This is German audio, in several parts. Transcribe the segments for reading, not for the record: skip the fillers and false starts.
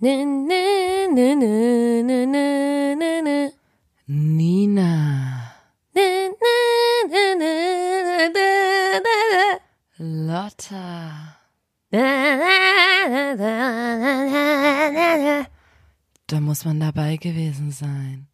Nina. Lotta. Da muss man dabei gewesen sein.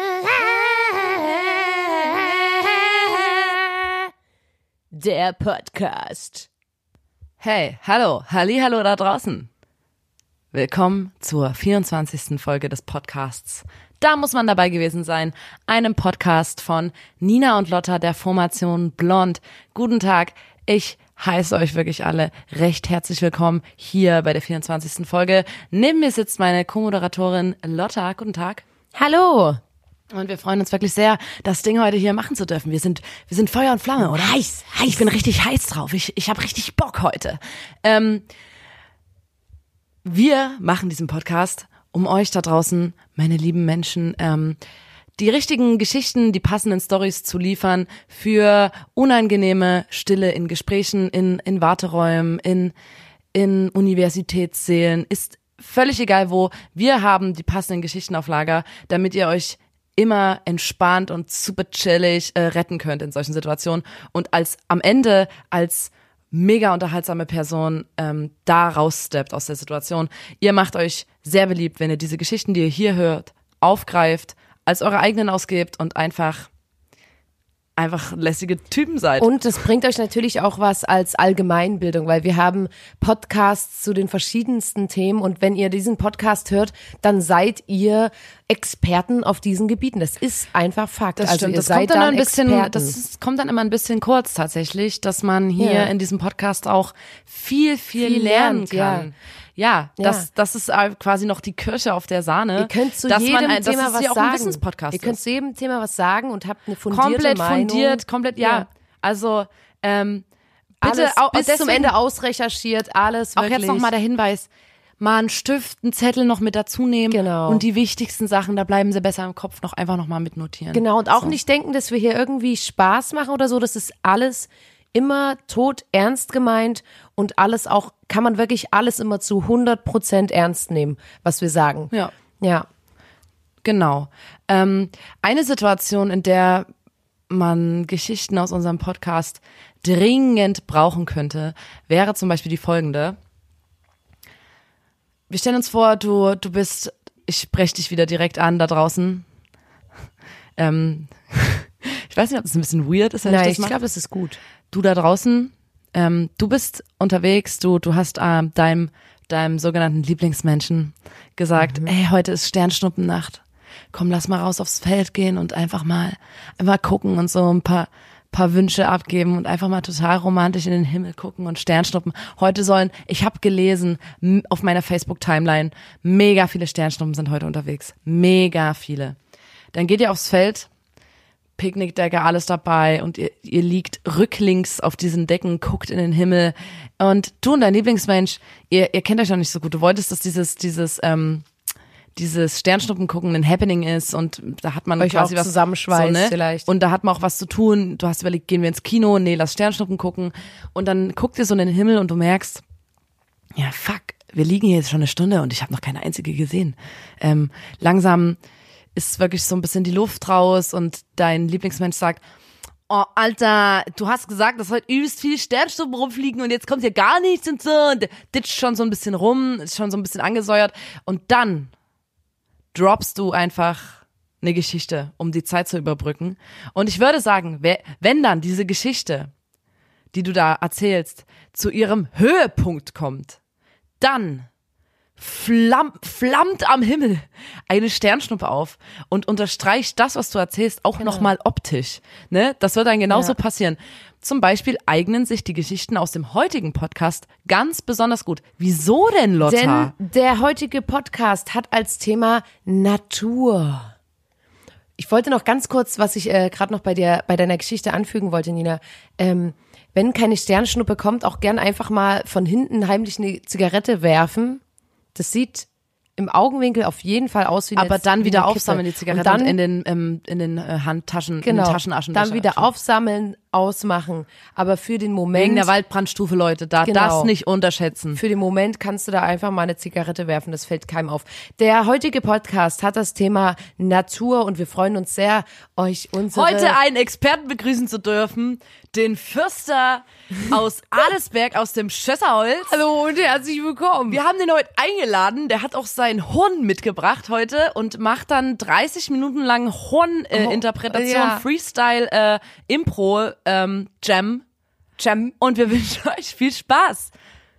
Der Podcast. Hey, hallo, hallo da draußen. Willkommen zur 24. Folge des Podcasts. Da muss man dabei gewesen sein. Einem Podcast von Nina und Lotta der Formation Blond. Guten Tag, ich heiße euch wirklich alle recht herzlich willkommen hier bei der 24. Folge. Neben mir sitzt meine Co-Moderatorin Lotta. Guten Tag. Hallo. Und wir freuen uns wirklich sehr, das Ding heute hier machen zu dürfen. Wir sind Feuer und Flamme, oder? Heiß. Ich bin richtig heiß drauf. Ich habe richtig Bock heute. Wir machen diesen Podcast, um euch da draußen, meine lieben Menschen, die richtigen Geschichten, die passenden Storys zu liefern für unangenehme Stille in Gesprächen, in Warteräumen, in Universitätssälen. Ist völlig egal wo. Wir haben die passenden Geschichten auf Lager, damit ihr euch immer entspannt und super chillig retten könnt in solchen Situationen und am Ende als mega unterhaltsame Person da raussteppt aus der Situation. Ihr macht euch sehr beliebt, wenn ihr diese Geschichten, die ihr hier hört, aufgreift, als eure eigenen ausgebt und einfach lässige Typen seid. Und es bringt euch natürlich auch was als Allgemeinbildung, weil wir haben Podcasts zu den verschiedensten Themen und wenn ihr diesen Podcast hört, dann seid ihr Experten auf diesen Gebieten. Das ist einfach Fakt. Das also stimmt. ihr Das seid kommt dann dann ein bisschen, Experten. kommt dann immer ein bisschen kurz tatsächlich, dass man hier in diesem Podcast auch viel lernen lernt, kann. Ja, das ist quasi noch die Kirsche auf der Sahne. Ihr könnt zu jedem Thema was ja auch sagen. ein Wissenspodcast. Ihr könnt zu jedem Thema was sagen und habt eine fundierte komplett Meinung. Komplett, ja. Also, bitte alles auch bis deswegen, zum Ende ausrecherchiert, alles wirklich. Auch jetzt nochmal der Hinweis, mal einen Stift, einen Zettel noch mit dazu nehmen. Genau. Und die wichtigsten Sachen, da bleiben sie besser im Kopf, einfach nochmal mitnotieren. Genau, und auch nicht denken, dass wir hier irgendwie Spaß machen oder so. Das ist alles immer ernst gemeint und alles auch, kann man wirklich alles immer zu 100% ernst nehmen, was wir sagen. Ja. Ja. Genau. Eine Situation, in der man Geschichten aus unserem Podcast dringend brauchen könnte, wäre zum Beispiel die folgende. Wir stellen uns vor, du bist, ich spreche dich wieder direkt an da draußen. Ich weiß nicht, ob das ein bisschen weird ist, wenn Nein, ich das mache. ich glaube, das ist gut. Du da draußen, du bist unterwegs, du hast deinem sogenannten Lieblingsmenschen gesagt, ey, heute ist Sternschnuppennacht. Komm, lass mal raus aufs Feld gehen und einfach mal gucken und so ein paar Wünsche abgeben und einfach mal total romantisch in den Himmel gucken und Sternschnuppen. Ich habe gelesen auf meiner Facebook-Timeline, mega viele Sternschnuppen sind heute unterwegs. Mega viele. Dann geht ihr aufs Feld, Picknickdecke, alles dabei und ihr liegt rücklings auf diesen Decken, guckt in den Himmel und du und dein Lieblingsmensch, ihr kennt euch noch nicht so gut. Du wolltest, dass dieses Sternschnuppen gucken ein Happening ist und da hat man euch quasi auch was zusammenschweißt so, ne? vielleicht. Und da hat man auch was zu tun. Du hast überlegt, gehen wir ins Kino? Nee, lass Sternschnuppen gucken. Und dann guckt ihr so in den Himmel und du merkst, ja fuck, wir liegen hier jetzt schon eine Stunde und ich habe noch keine einzige gesehen. Langsam ist wirklich so ein bisschen die Luft raus und dein Lieblingsmensch sagt, oh, Alter, du hast gesagt, dass heute übelst viel Sternschnuppen rumfliegen und jetzt kommt hier gar nichts und so. Und der ditcht schon so ein bisschen rum, ist schon so ein bisschen angesäuert. Und dann droppst du einfach eine Geschichte, um die Zeit zu überbrücken. Und ich würde sagen, wenn dann diese Geschichte, die du da erzählst, zu ihrem Höhepunkt kommt, dann flammt am Himmel eine Sternschnuppe auf und unterstreicht das, was du erzählst, auch nochmal optisch. Ne? Das wird dann genauso passieren. Zum Beispiel eignen sich die Geschichten aus dem heutigen Podcast ganz besonders gut. Wieso denn, Lotta? Denn der heutige Podcast hat als Thema Natur. Ich wollte noch ganz kurz, was ich gerade noch bei deiner Geschichte anfügen wollte, Nina. Wenn keine Sternschnuppe kommt, auch gern einfach mal von hinten heimlich eine Zigarette werfen. Das sieht im Augenwinkel auf jeden Fall aus wie eine Aber dann wie wieder eine Kippe. aufsammeln, die Zigarette, und dann, in den Handtaschen, genau, in den Taschenaschen. dann wieder aufsammeln, ausmachen. Aber für den Moment. Wegen der Waldbrandstufe, Leute, da Genau. das nicht unterschätzen. Für den Moment kannst du da einfach mal eine Zigarette werfen, das fällt keinem auf. Der heutige Podcast hat das Thema Natur und wir freuen uns sehr, euch unsere... Heute einen Experten begrüßen zu dürfen, den Förster aus Adelsberg, aus dem Schösserholz. Hallo und herzlich willkommen. Wir haben den heute eingeladen, der hat auch seinen Horn mitgebracht heute und macht dann 30 Minuten lang Horn-Interpretation, ja. Freestyle, Impro, Jam. Und wir wünschen euch viel Spaß.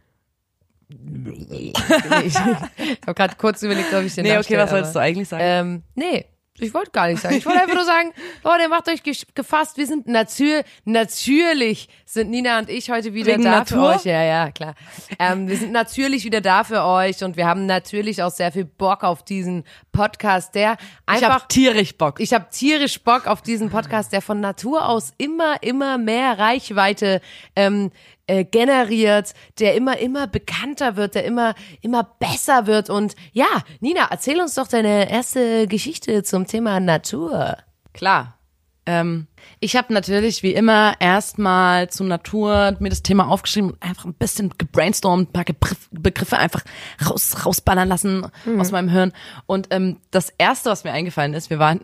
Ich habe gerade kurz überlegt, ob ich den Nee, okay, was sollst du eigentlich sagen? Nee, ich wollte gar nicht sagen. Ich wollte einfach nur sagen, Leute, macht euch gefasst. Wir sind natürlich sind Nina und ich heute wieder Wegen da Natur? für euch. Ja, klar. Wir sind natürlich wieder da für euch und wir haben natürlich auch sehr viel Bock auf diesen Podcast, der Ich einfach... hab tierisch Bock. Ich habe tierisch Bock auf diesen Podcast, der von Natur aus immer mehr Reichweite generiert, der immer bekannter wird, der immer besser wird. Und ja, Nina, erzähl uns doch deine erste Geschichte zum Thema Natur. Klar. Ich habe natürlich wie immer erstmal zur Natur mir das Thema aufgeschrieben und einfach ein bisschen gebrainstormt, ein paar Begriffe einfach rausballern lassen aus meinem Hirn. Und das Erste, was mir eingefallen ist, wir waren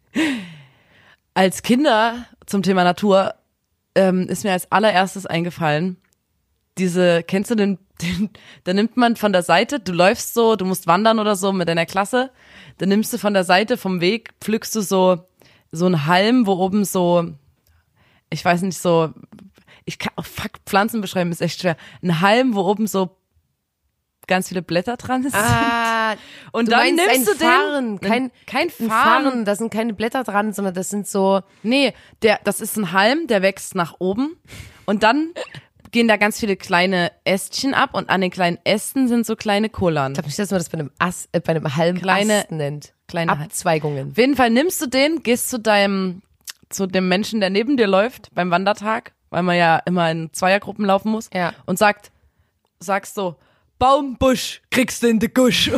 als Kinder zum Thema Natur, ist mir als allererstes eingefallen, kennst du da nimmt man von der Seite, du läufst so, du musst wandern oder so mit deiner Klasse, dann nimmst du von der Seite vom Weg, pflückst du so einen Halm, wo oben so, ich weiß nicht, so, Pflanzen beschreiben ist echt schwer, ein Halm, wo oben so ganz viele Blätter dran sind. Und du dann meinst nimmst du Farn, kein ein Farn. Farn, da sind keine Blätter dran, sondern das sind so... Nee, das ist ein Halm, der wächst nach oben und dann gehen da ganz viele kleine Ästchen ab und an den kleinen Ästen sind so kleine Kullern. Ich glaube nicht, dass man das bei einem Halm Ast nennt. Kleine Abzweigungen. Auf jeden Fall nimmst du den, gehst zu dem Menschen, der neben dir läuft beim Wandertag, weil man ja immer in Zweiergruppen laufen muss, Ja. und sagst so, Baumbusch, kriegst du in den Gusch.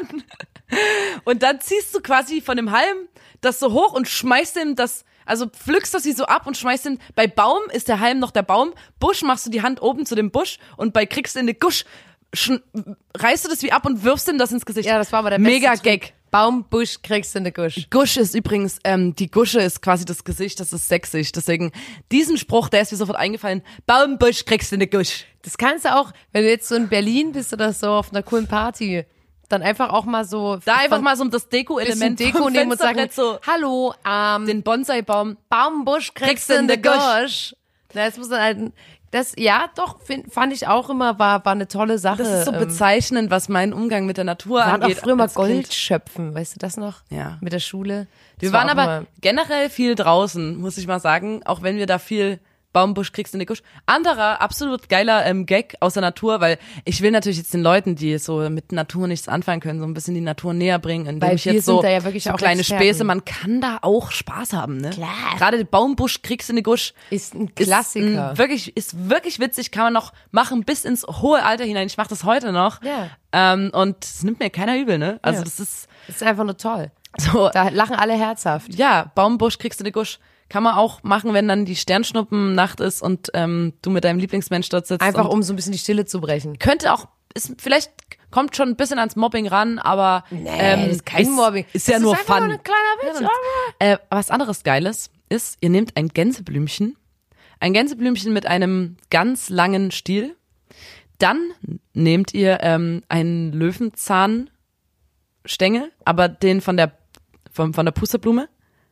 Und dann ziehst du quasi von dem Halm das so hoch und schmeißt ihm also pflückst das wie so ab und schmeißt ihn, bei Baum ist der Halm noch der Baum, Busch machst du die Hand oben zu dem Busch und bei kriegst du in den Gusch, reißt du das wie ab und wirfst ihm das ins Gesicht. Ja, das war aber der Mega beste Trick. Gag. Baum, Busch, kriegst du in den Gusch. Gusch ist übrigens, die Gusche ist quasi das Gesicht, das ist sächsisch. Deswegen, diesen Spruch, der ist mir sofort eingefallen. Baumbusch kriegst du in den Gusch. Das kannst du auch, wenn du jetzt so in Berlin bist oder so auf einer coolen Party, dann einfach auch mal so... Da einfach mal so das Deko-Element Deko nehmen und sagen, so hallo, den Bonsai-Baum. Baumbusch kriegst du in den Gusch. Das muss dann halt... Ja, doch, fand ich auch immer, war eine tolle Sache. Das ist so bezeichnend, was meinen Umgang mit der Natur Wir waren angeht. auch früher mal als Kind. Gold schöpfen, weißt du das noch? Ja. Mit der Schule. Wir Das war waren auch aber immer- generell viel draußen, muss ich mal sagen, auch wenn wir da viel Baumbusch kriegst in den Gusch. Anderer absolut geiler Gag aus der Natur, weil ich will natürlich jetzt den Leuten, die so mit Natur nichts anfangen können, so ein bisschen die Natur näher bringen, indem Weil ich wir jetzt sind so, da ja wirklich so auch kleine Experten. Späße, man kann da auch Spaß haben, ne? Klar. Gerade den Baumbusch kriegst in den Gusch. Ist ein Klassiker. Ist wirklich witzig, kann man noch machen bis ins hohe Alter hinein. Ich mache das heute noch. Ja. Und es nimmt mir keiner übel, ne? Also Ja. das ist Das ist einfach nur toll. so, Da lachen alle herzhaft. ja, Baumbusch kriegst du den Gusch. Kann man auch machen, wenn dann die Sternschnuppennacht ist und du mit deinem Lieblingsmensch dort sitzt. Einfach und um so ein bisschen die Stille zu brechen. könnte auch, vielleicht kommt schon ein bisschen ans Mobbing ran, aber das ist kein Mobbing. Ist ja Das nur ist einfach Fun. nur ein kleiner Witz. Was anderes Geiles ist, ihr nehmt ein Gänseblümchen mit einem ganz langen Stiel, dann nehmt ihr einen Löwenzahnstängel, aber den von der Pusteblume.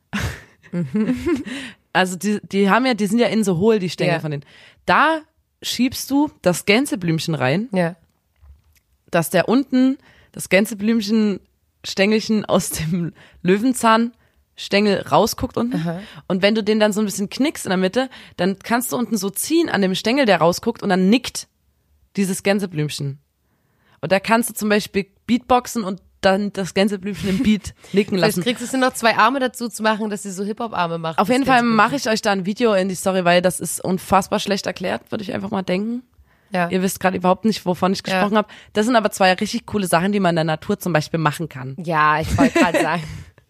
Also die sind ja innen so hohl, die Stängel Ja. von denen. Da schiebst du das Gänseblümchen rein, Ja. dass der unten das Gänseblümchen-Stängelchen aus dem Löwenzahnstängel rausguckt unten. Aha. Und wenn du den dann so ein bisschen knickst in der Mitte, dann kannst du unten so ziehen an dem Stängel, der rausguckt, und dann nickt dieses Gänseblümchen. Und da kannst du zum Beispiel Beatboxen und dann das Gänseblümchen im Beat nicken Vielleicht lassen. kriegst du noch 2 Arme dazu zu machen, dass sie so Hip-Hop-Arme macht. Auf Das jeden Fall Gänseblümchen. mache ich euch da ein Video in die Story, weil das ist unfassbar schlecht erklärt, würde ich einfach mal denken. Ja. Ihr wisst gerade überhaupt nicht, wovon ich gesprochen habe. Das sind aber zwei richtig coole Sachen, die man in der Natur zum Beispiel machen kann. Ja, ich wollte gerade sagen.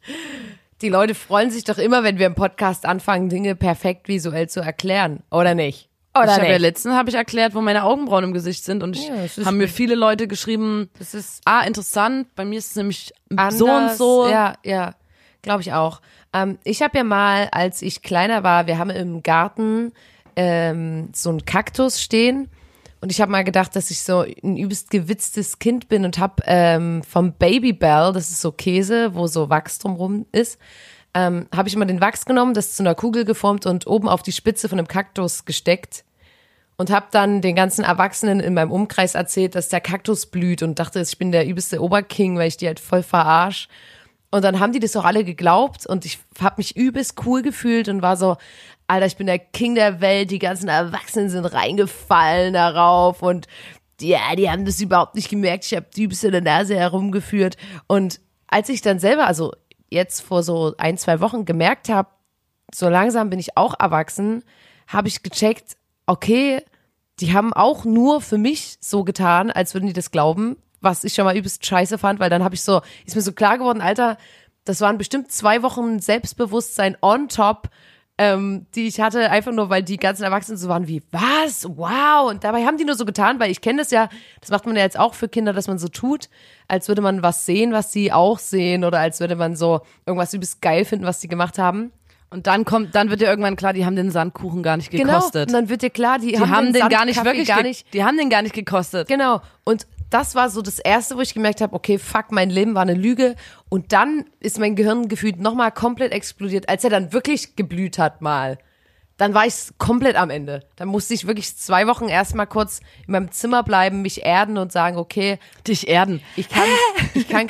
Die Leute freuen sich doch immer, wenn wir im Podcast anfangen, Dinge perfekt visuell zu erklären. Oder nicht? Oder nicht? Letztens habe ich erklärt, wo meine Augenbrauen im Gesicht sind und haben mir viele Leute geschrieben, das ist interessant, bei mir ist es nämlich anders, so und so. Ja, glaube ich auch. Ich habe ja mal, als ich kleiner war, wir haben im Garten so einen Kaktus stehen und ich habe mal gedacht, dass ich so ein übelst gewitztes Kind bin und habe vom Babybel, das ist so Käse, wo so Wachs drumrum ist, habe ich immer den Wachs genommen, das zu einer Kugel geformt und oben auf die Spitze von einem Kaktus gesteckt und habe dann den ganzen Erwachsenen in meinem Umkreis erzählt, dass der Kaktus blüht und dachte, ich bin der übelste Oberking, weil ich die halt voll verarsch. Und dann haben die das auch alle geglaubt und ich habe mich übelst cool gefühlt und war so, Alter, ich bin der King der Welt, die ganzen Erwachsenen sind reingefallen darauf und die haben das überhaupt nicht gemerkt, ich habe die übelst in der Nase herumgeführt. Und als ich dann selber, also jetzt vor so 1-2 Wochen gemerkt habe, so langsam bin ich auch erwachsen, habe ich gecheckt, okay, die haben auch nur für mich so getan, als würden die das glauben, was ich schon mal übelst scheiße fand, weil dann ist mir so klar geworden, Alter, das waren bestimmt 2 Wochen Selbstbewusstsein on top, die ich hatte, einfach nur, weil die ganzen Erwachsenen so waren wie, was? Wow! Und dabei haben die nur so getan, weil ich kenne das ja, das macht man ja jetzt auch für Kinder, dass man so tut, als würde man was sehen, was sie auch sehen oder als würde man so irgendwas übelst geil finden, was sie gemacht haben. Und dann wird dir irgendwann klar, die haben den Sandkuchen gar nicht gekostet. Genau, und dann wird dir klar, die haben den gar nicht wirklich die haben den gar nicht gekostet. Genau, und das war so das Erste, wo ich gemerkt habe, okay, fuck, mein Leben war eine Lüge. Und dann ist mein Gehirn gefühlt nochmal komplett explodiert, als er dann wirklich geblüht hat mal. Dann war ich komplett am Ende. Dann musste ich wirklich 2 Wochen erstmal kurz in meinem Zimmer bleiben, mich erden und sagen, okay. Dich erden. Ich kann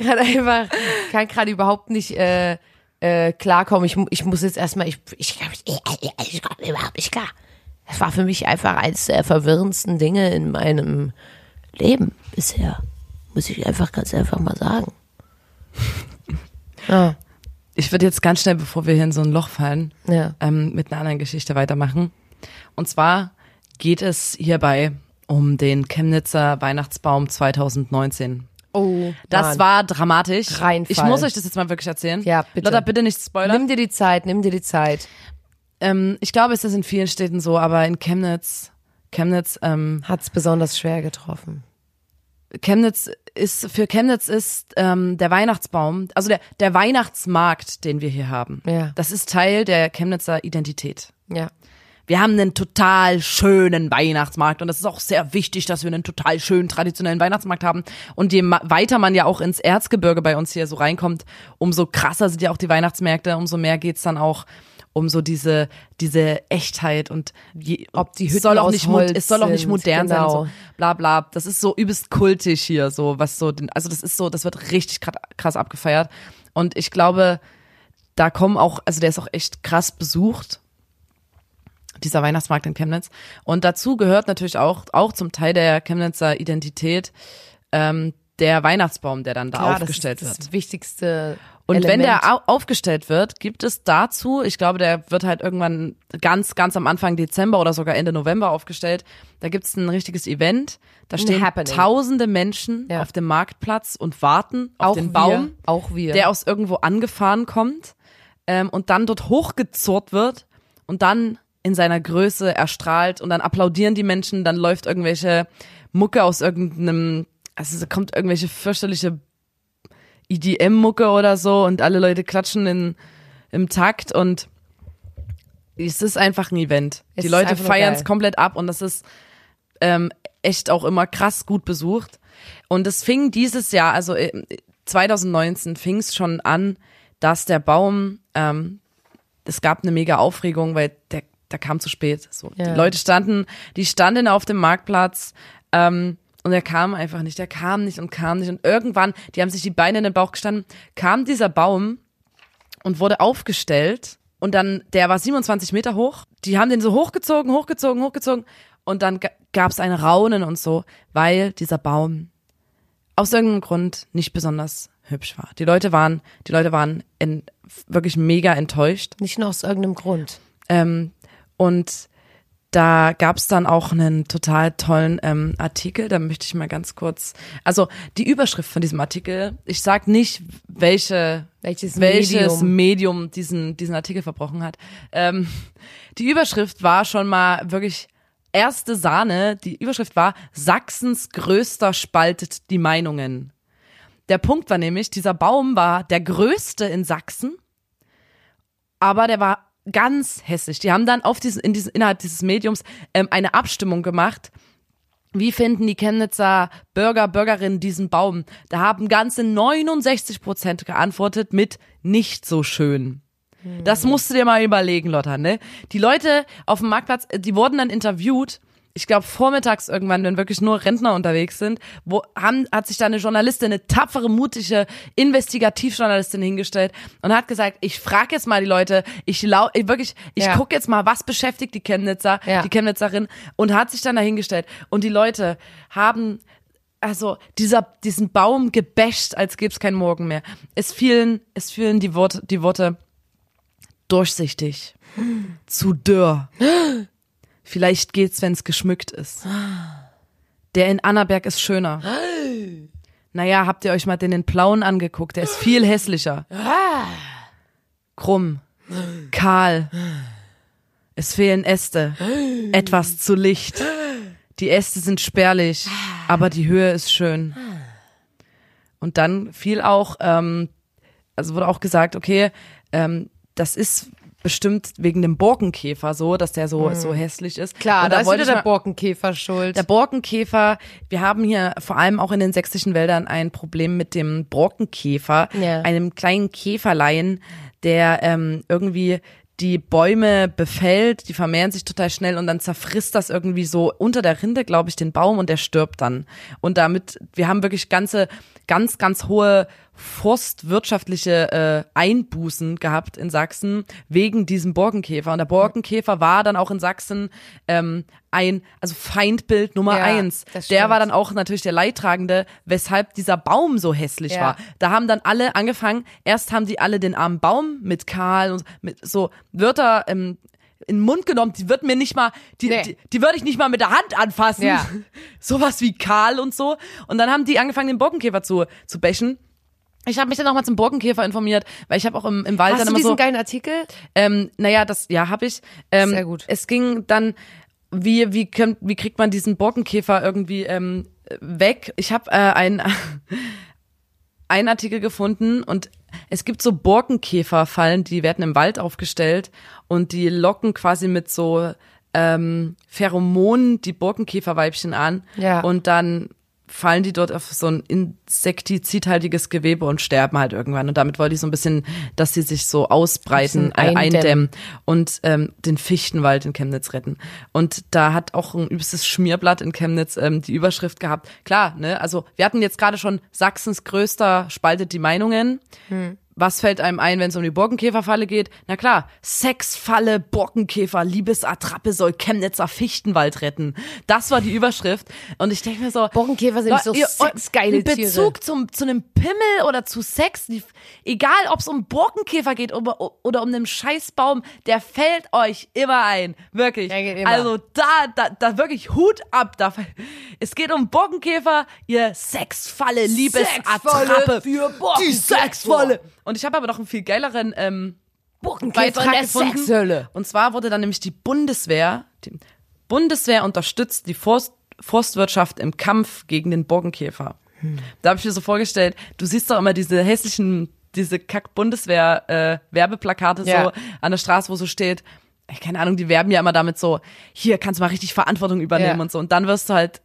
gerade überhaupt nicht klarkommen. Ich muss jetzt erstmal, ich komme überhaupt nicht klar. Das war für mich einfach eines der verwirrendsten Dinge in meinem Leben bisher. Muss ich ganz einfach mal sagen. Ja. Ich würde jetzt ganz schnell, bevor wir hier in so ein Loch fallen, Ja. Mit einer anderen Geschichte weitermachen. Und zwar geht es hierbei um den Chemnitzer Weihnachtsbaum 2019. Oh, Das Mann. war dramatisch. Reinfall. Ich muss euch das jetzt mal wirklich erzählen. Ja, bitte. Lotta, bitte nicht spoilern. Nimm dir die Zeit. Ich glaube, es ist in vielen Städten so, aber in Chemnitz Hat's besonders schwer getroffen. Für Chemnitz ist der Weihnachtsbaum, also der Weihnachtsmarkt, den wir hier haben. Ja. Das ist Teil der Chemnitzer Identität. Ja. Wir haben einen total schönen Weihnachtsmarkt und das ist auch sehr wichtig, dass wir einen total schönen traditionellen Weihnachtsmarkt haben. Und je weiter man ja auch ins Erzgebirge bei uns hier so reinkommt, umso krasser sind ja auch die Weihnachtsmärkte, umso mehr geht's dann auch um so diese Echtheit und Ob die Hütten es soll auch aus nicht Holz es soll auch nicht sind, modern sein genau. und so bla bla. Das ist so übelst kultisch hier, so was so also das wird richtig krass abgefeiert und ich glaube, da kommen auch, also der ist auch echt krass besucht, dieser Weihnachtsmarkt in Chemnitz. Und dazu gehört natürlich auch zum Teil der Chemnitzer Identität der Weihnachtsbaum, der dann da aufgestellt das ist wird. das wichtigste Und Element. wenn der aufgestellt wird, gibt es dazu, ich glaube, der wird halt irgendwann ganz am Anfang Dezember oder sogar Ende November aufgestellt, da gibt es ein richtiges Event, da stehen Happening. tausende Menschen auf dem Marktplatz und warten auf auch den Baum, auch wir. der aus irgendwo angefahren kommt und dann dort hochgezurrt wird und dann in seiner Größe erstrahlt und dann applaudieren die Menschen, dann läuft irgendwelche Mucke aus irgendeinem, also es kommt irgendwelche fürchterliche EDM-Mucke oder so und alle Leute klatschen im Takt und es ist einfach ein Event. Die Leute feiern es komplett ab und das ist echt auch immer krass gut besucht. Und es fing dieses Jahr, also 2019 fing es schon an, dass der Baum, es gab eine mega Aufregung, weil der kam zu spät. So. Ja. Die Leute standen auf dem Marktplatz und er kam einfach nicht, der kam nicht und irgendwann, die haben sich die Beine in den Bauch gestanden, kam dieser Baum und wurde aufgestellt und dann, der war 27 Meter hoch, die haben den so hochgezogen und dann gab's ein Raunen und so, weil dieser Baum aus irgendeinem Grund nicht besonders hübsch war. Die Leute waren wirklich mega enttäuscht. Nicht nur aus irgendeinem Grund. Und da gab's dann auch einen total tollen Artikel, da möchte ich mal ganz kurz, also die Überschrift von diesem Artikel, ich sag nicht, welches Medium diesen Artikel verbrochen hat. Die Überschrift war schon mal wirklich erste Sahne, die Überschrift war, Sachsens Größter spaltet die Meinungen. Der Punkt war nämlich, dieser Baum war der größte in Sachsen, aber der war ganz hässlich. Die haben dann innerhalb dieses Mediums eine Abstimmung gemacht. Wie finden die Chemnitzer Bürgerinnen diesen Baum? Da haben ganze 69% geantwortet mit nicht so schön. Das musst du dir mal überlegen, Lotta, ne? Die Leute auf dem Marktplatz, die wurden dann interviewt. Ich glaube, vormittags irgendwann, wenn wirklich nur Rentner unterwegs sind, hat sich da eine Journalistin, eine tapfere, mutige Investigativjournalistin hingestellt und hat gesagt, ich frage jetzt mal die Leute, ich gucke jetzt mal, was beschäftigt die Chemnitzerin und hat sich dann da hingestellt. Und die Leute haben diesen Baum gebasht, als gäbe es keinen Morgen mehr. Es fielen die Worte durchsichtig, zu dürr. Vielleicht geht's, wenn's geschmückt ist. Der in Annaberg ist schöner. Naja, habt ihr euch mal den Plauen angeguckt? Der ist viel hässlicher. Krumm. Kahl. Es fehlen Äste. Etwas zu Licht. Die Äste sind spärlich, aber die Höhe ist schön. Und dann fiel auch, wurde auch gesagt, okay, das ist bestimmt wegen dem Borkenkäfer so, dass der so hässlich ist. Klar, und da ist wieder der Borkenkäfer schuld. Der Borkenkäfer, wir haben hier vor allem auch in den sächsischen Wäldern ein Problem mit dem Borkenkäfer, einem kleinen Käferlein, der irgendwie die Bäume befällt, die vermehren sich total schnell und dann zerfrisst das irgendwie so unter der Rinde, glaube ich, den Baum und der stirbt dann. Und damit, wir haben wirklich ganz hohe forstwirtschaftliche Einbußen gehabt in Sachsen wegen diesem Borkenkäfer. Und der Borkenkäfer war dann auch in Sachsen Feindbild Nummer 1. Der war dann auch natürlich der Leidtragende, weshalb dieser Baum so hässlich war. Da haben dann alle angefangen, erst haben die alle den armen Baum mit Karl und mit so Wörter in den Mund genommen, die würde ich nicht mal mit der Hand anfassen. Ja. Sowas wie Karl und so. Und dann haben die angefangen, den Borkenkäfer zu bashen. Ich habe mich dann auch mal zum Borkenkäfer informiert, weil ich habe auch im Wald dann immer so... Hast du diesen geilen Artikel? Habe ich. Sehr gut. Es ging dann, wie kriegt man diesen Borkenkäfer irgendwie weg? Ich habe einen Artikel gefunden und es gibt so Borkenkäferfallen, die werden im Wald aufgestellt und die locken quasi mit so Pheromonen die Borkenkäferweibchen an und dann fallen die dort auf so ein insektizidhaltiges Gewebe und sterben halt irgendwann. Und damit wollte ich so ein bisschen, dass sie sich so ausbreiten, eindämmen und den Fichtenwald in Chemnitz retten. Und da hat auch ein übelstes Schmierblatt in Chemnitz die Überschrift gehabt. Klar, ne, also wir hatten jetzt gerade schon Sachsens Größter spaltet die Meinungen. Was fällt einem ein, wenn es um die Borkenkäferfalle geht? Na klar, Sexfalle, Borkenkäfer, Liebesattrappe soll Chemnitzer Fichtenwald retten. Das war die Überschrift. Und ich denke mir so, Borkenkäfer sind so sexgeile Tiere. In Bezug zu einem Pimmel oder zu Sex, egal ob es um Borkenkäfer geht oder um einen Scheißbaum, der fällt euch immer ein. Wirklich. Immer. Also da wirklich Hut ab. Es geht um Borkenkäfer, ihr Sexfalle, Liebesattrappe. Für Borkenkäfer. Die Sexfalle. Und ich habe aber noch einen viel geileren Borkenkäfer in der Sexhölle. Und zwar wurde dann nämlich die Bundeswehr unterstützt die Forstwirtschaft im Kampf gegen den Borkenkäfer. Da habe ich mir so vorgestellt, du siehst doch immer diese Kack-Bundeswehr-Werbeplakate so an der Straße, wo so steht, keine Ahnung, die werben ja immer damit so, hier kannst du mal richtig Verantwortung übernehmen und so. Und dann wirst du halt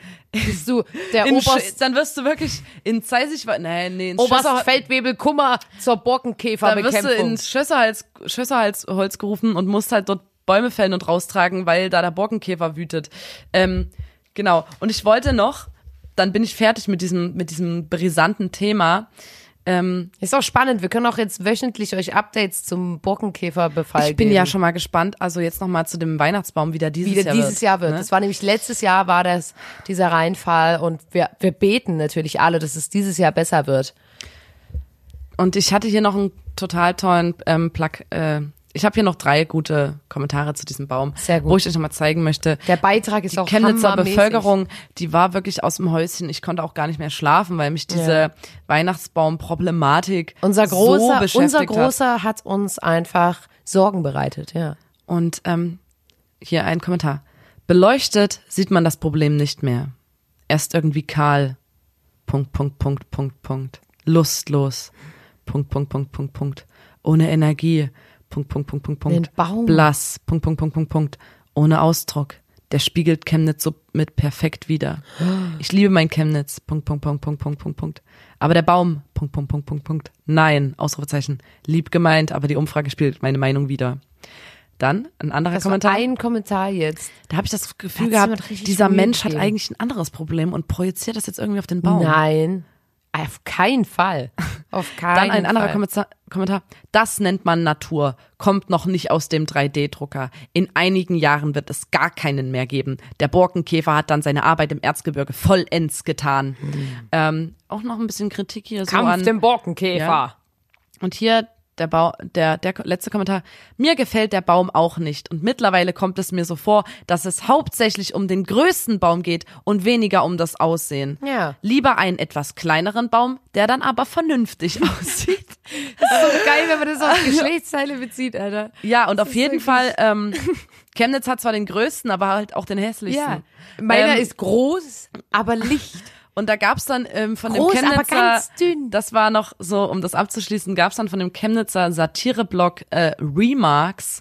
dann wirst du wirklich in Oberstfeldwebel Kummer zur Borkenkäferbekämpfung. Dann wirst du ins Schösserhalsholz gerufen und musst halt dort Bäume fällen und raustragen, weil da der Borkenkäfer wütet. Genau. Und ich wollte noch, dann bin ich fertig mit diesem brisanten Thema. Ist auch spannend. Wir können auch jetzt wöchentlich euch Updates zum Borkenkäferbefall geben. Ich bin ja schon mal gespannt. Also jetzt nochmal zu dem Weihnachtsbaum, wie der dieses Jahr wird. Ne? Das war nämlich letztes Jahr war das dieser Reinfall und wir beten natürlich alle, dass es dieses Jahr besser wird. Und ich hatte hier noch einen total tollen Ich habe hier noch 3 gute Kommentare zu diesem Baum, Sehr gut. wo ich euch nochmal zeigen möchte. Der Beitrag ist Die auch Chemnitzer hammermäßig. Bevölkerung, die war wirklich aus dem Häuschen. Ich konnte auch gar nicht mehr schlafen, weil mich diese Weihnachtsbaum-Problematik Unser so unser beschäftigt hat. Großer hat uns einfach Sorgen bereitet, ja. Und hier ein Kommentar. Beleuchtet sieht man das Problem nicht mehr. Erst irgendwie kahl. ... Lustlos. ... Ohne Energie. ... Den Baum. Blass. ... Ohne Ausdruck. Der spiegelt Chemnitz so mit perfekt wider. Ich liebe mein Chemnitz. ... Aber der Baum. ... Nein. Ausrufezeichen. Lieb gemeint, aber die Umfrage spielt meine Meinung wider. Dann ein anderer Das war Kommentar. ein Kommentar jetzt. Da habe ich das Gefühl Da hat's jemand gehabt, richtig dieser Mühe Mensch hat gegeben. eigentlich ein anderes Problem und projiziert das jetzt irgendwie auf den Baum. Nein, auf keinen Fall. Auf keinen Dann ein anderer Fall. Kommentar. Das nennt man Natur. Kommt noch nicht aus dem 3D-Drucker. In einigen Jahren wird es gar keinen mehr geben. Der Borkenkäfer hat dann seine Arbeit im Erzgebirge vollends getan. Auch noch ein bisschen Kritik hier so Kampf an. dem Borkenkäfer. Ja. Und hier der letzte Kommentar. Mir gefällt der Baum auch nicht. Und mittlerweile kommt es mir so vor, dass es hauptsächlich um den größten Baum geht und weniger um das Aussehen. Ja. Lieber einen etwas kleineren Baum, der dann aber vernünftig aussieht. Das ist so geil, wenn man das auf Geschlechtsteile bezieht, Alter. Ja, und auf jeden wirklich- Fall, Chemnitz hat zwar den größten, aber halt auch den hässlichsten. Ja. Meiner ist groß, aber Licht. Und da gab's dann von Groß, dem aber Chemnitzer, ganz dünn. das war noch so, um das abzuschließen, gab's dann von dem Chemnitzer Satireblog Remarks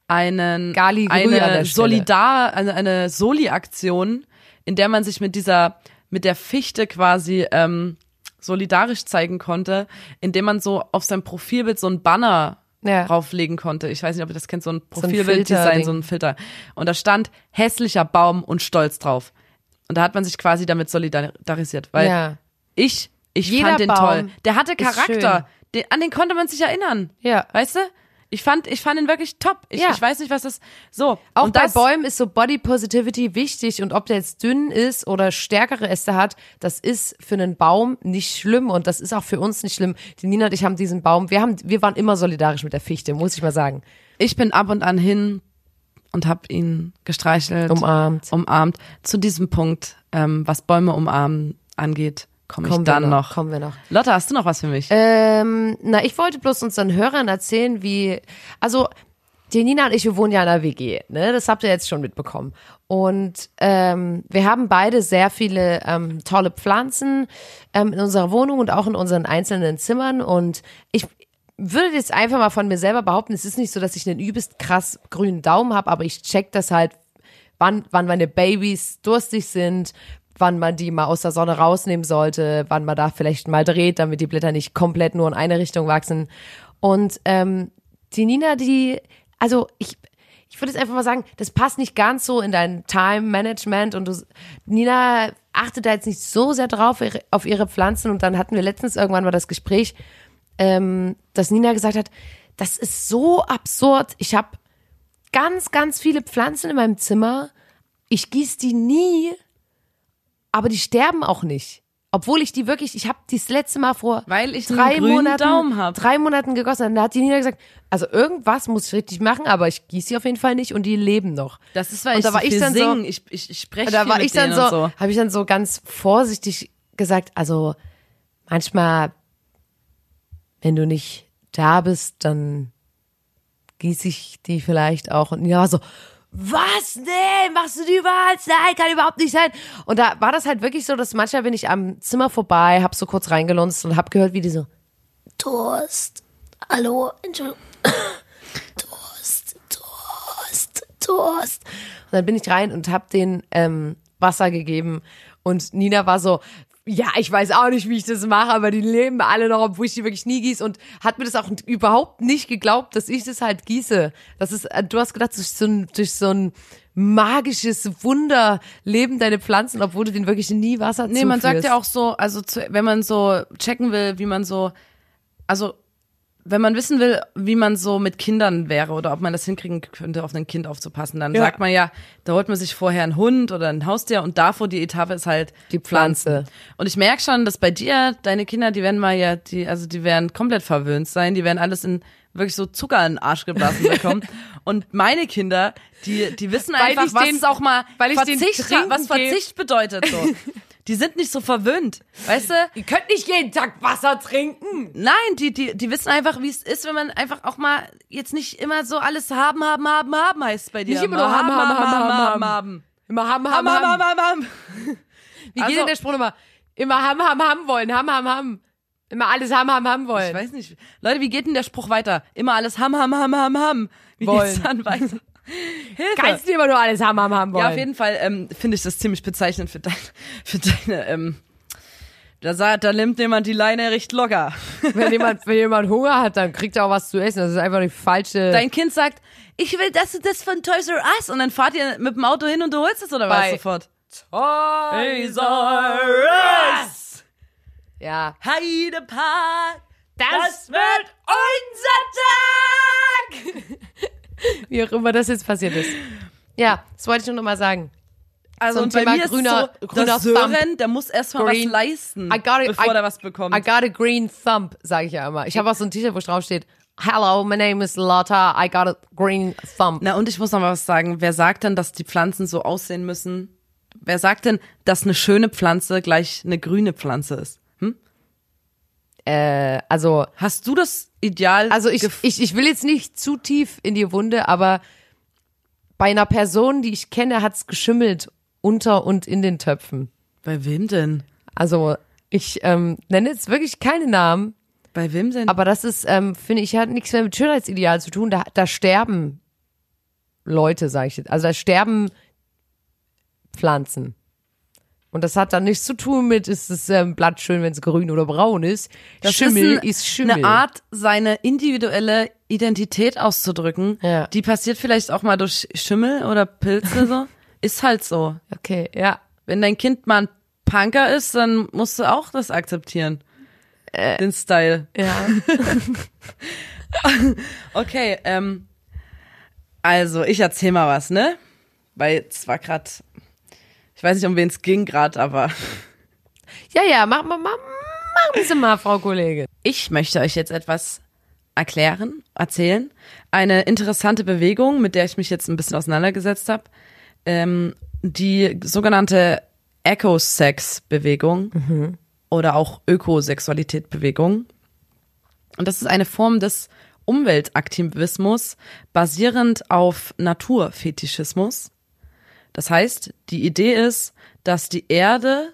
Gali Grü an der Stelle. eine Soli-Aktion, in der man sich mit der Fichte quasi solidarisch zeigen konnte, indem man so auf sein Profilbild so ein Banner drauflegen konnte. Ich weiß nicht, ob ihr das kennt, so ein Profilbilddesign, Filterding. so ein Filter. Und da stand hässlicher Baum und stolz drauf. Und da hat man sich quasi damit solidarisiert, weil Ja. ich Jeder fand den Baum toll. Der hatte ist Charakter. An den konnte man sich erinnern. Ja. Weißt du? Ich fand ihn wirklich top. Ich weiß nicht, was das so. Auch und bei das, Bäumen ist so Body Positivity wichtig und ob der jetzt dünn ist oder stärkere Äste hat, das ist für einen Baum nicht schlimm und das ist auch für uns nicht schlimm. Die Nina und ich haben diesen Baum, wir waren immer solidarisch mit der Fichte, muss ich mal sagen. Ich bin ab und an hin und habe ihn gestreichelt, umarmt. Zu diesem Punkt, was Bäume umarmen angeht, komme ich dann noch. Kommen wir noch. Lotta, hast du noch was für mich? Ich wollte bloß unseren Hörern erzählen, also die Nina und ich, wir wohnen ja in einer WG, ne? Das habt ihr jetzt schon mitbekommen. Und wir haben beide sehr viele tolle Pflanzen in unserer Wohnung und auch in unseren einzelnen Zimmern. Und ich würde jetzt einfach mal von mir selber behaupten, es ist nicht so, dass ich einen übelst krass grünen Daumen habe, aber ich check das halt, wann meine Babys durstig sind, wann man die mal aus der Sonne rausnehmen sollte, wann man da vielleicht mal dreht, damit die Blätter nicht komplett nur in eine Richtung wachsen. Und die Nina, also ich würde jetzt einfach mal sagen, das passt nicht ganz so in dein Time-Management und Nina achtet da jetzt nicht so sehr drauf auf ihre Pflanzen und dann hatten wir letztens irgendwann mal das Gespräch, dass Nina gesagt hat, das ist so absurd, ich habe ganz, ganz viele Pflanzen in meinem Zimmer, ich gieße die nie, aber die sterben auch nicht. Obwohl ich habe die das letzte Mal vor Weil ich 3 einen grünen Monaten, Daumen habe. 3 Monaten gegossen. Und da hat die Nina gesagt, also irgendwas muss ich richtig machen, aber ich gieße sie auf jeden Fall nicht und die leben noch. Das ist, weil und ich da so war viel ich dann singen. Ich spreche Da viel war mit ich dann denen so, und so. habe ich dann so ganz vorsichtig gesagt, also manchmal, wenn du nicht da bist, dann gieße ich die vielleicht auch. Und Nina war so, was? Nee, machst du die überall? Nein, kann überhaupt nicht sein. Und da war das halt wirklich so, dass manchmal bin ich am Zimmer vorbei, hab so kurz reingelunzt und hab gehört, wie die so, Durst, hallo, Entschuldigung, Durst. Und dann bin ich rein und hab denen Wasser gegeben und Nina war so, ja, ich weiß auch nicht, wie ich das mache, aber die leben alle noch, obwohl ich die wirklich nie gieße und hat mir das auch überhaupt nicht geglaubt, dass ich das halt gieße. Das ist, du hast gedacht, durch so ein magisches Wunder leben deine Pflanzen, obwohl du denen wirklich nie Wasser zuführst. Nee, man sagt ja auch so, also wenn man so checken will, wie man so, also wenn man wissen will, wie man so mit Kindern wäre oder ob man das hinkriegen könnte, auf ein Kind aufzupassen, dann sagt man ja, da holt man sich vorher einen Hund oder ein Haustier und davor die Etappe ist halt Die Pflanze. Und ich merke schon, dass bei dir, deine Kinder, die werden die werden komplett verwöhnt sein, die werden alles in wirklich so Zucker in den Arsch geblasen bekommen. Und meine Kinder, die wissen einfach, was Verzicht bedeutet so. Die sind nicht so verwöhnt, weißt du? Ihr könnt nicht jeden Tag Wasser trinken. Nein, die wissen einfach, wie es ist, wenn man einfach auch mal jetzt nicht immer so alles haben heißt bei dir. Nicht immer nur haben. Immer haben. Wie geht denn der Spruch nochmal? Immer haben wollen. Haben. Immer alles haben wollen. Ich weiß nicht. Leute, wie geht denn der Spruch weiter? Immer alles haben. Wie geht's dann weiter? Hilfe. Kannst du immer nur alles haben wollen. Ja, auf jeden Fall finde ich das ziemlich bezeichnend für deine da nimmt jemand die Leine recht locker. Wenn jemand Hunger hat, dann kriegt er auch was zu essen. Das ist einfach die falsche... Dein Kind sagt, ich will das von Toys R Us und dann fahrt ihr mit dem Auto hin und du holst es oder was sofort? Toys R Us! Ja. Heidepark, das wird unser Tag! Wie auch immer das jetzt passiert ist. Ja, das wollte ich nur noch mal sagen. Also Zum und bei Thema mir grüner ist so, der Sören, der muss erstmal was leisten, bevor der was bekommt. I got a green thumb, sage ich ja immer. Ich habe auch so ein T-Shirt, wo drauf steht, Hello, my name is Lotta, I got a green thumb. Na und ich muss noch mal was sagen. Wer sagt denn, dass die Pflanzen so aussehen müssen? Wer sagt denn, dass eine schöne Pflanze gleich eine grüne Pflanze ist? Also hast du das Ideal? Also ich will jetzt nicht zu tief in die Wunde, aber bei einer Person, die ich kenne, hat's geschimmelt unter und in den Töpfen. Bei wem denn? Also ich nenne jetzt wirklich keine Namen. Bei wem denn? Aber das ist, finde ich, hat nichts mehr mit Schönheitsideal zu tun. Da sterben Leute, sage ich jetzt. Also da sterben Pflanzen. Und das hat dann nichts zu tun mit, ist das Blatt schön, wenn es grün oder braun ist. Das Schimmel ist Schimmel. Eine Art, seine individuelle Identität auszudrücken. Ja. Die passiert vielleicht auch mal durch Schimmel oder Pilze so. Ist halt so. Okay, ja. Wenn dein Kind mal ein Punker ist, dann musst du auch das akzeptieren. Den Style. Ja. Okay, also ich erzähl mal was, ne? Weil es war gerade... Ich weiß nicht, um wen es ging gerade, aber... Ja, machen Sie mal, Frau Kollegin. Ich möchte euch jetzt etwas erzählen. Eine interessante Bewegung, mit der ich mich jetzt ein bisschen auseinandergesetzt habe. Die sogenannte Eco-Sex-Bewegung oder auch Ökosexualität-Bewegung. Und das ist eine Form des Umweltaktivismus basierend auf Naturfetischismus. Das heißt, die Idee ist, dass die Erde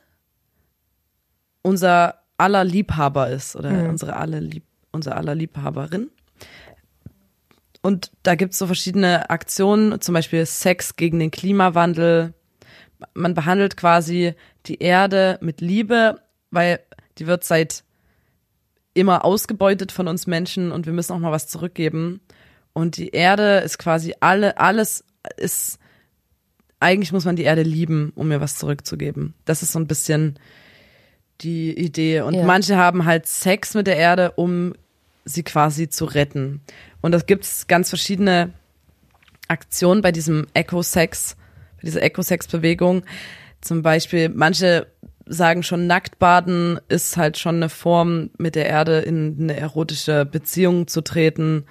unser aller Liebhaber ist oder unsere aller Liebhaberin. Und da gibt's so verschiedene Aktionen, zum Beispiel Sex gegen den Klimawandel. Man behandelt quasi die Erde mit Liebe, weil die wird seit immer ausgebeutet von uns Menschen und wir müssen auch mal was zurückgeben. Und die Erde ist quasi alles ist, eigentlich muss man die Erde lieben, um mir was zurückzugeben. Das ist so ein bisschen die Idee. Und manche haben halt Sex mit der Erde, um sie quasi zu retten. Und da gibt's ganz verschiedene Aktionen bei diesem Eco-Sex, bei dieser Eco-Sex-Bewegung. Zum Beispiel, manche sagen schon, Nacktbaden ist halt schon eine Form, mit der Erde in eine erotische Beziehung zu treten.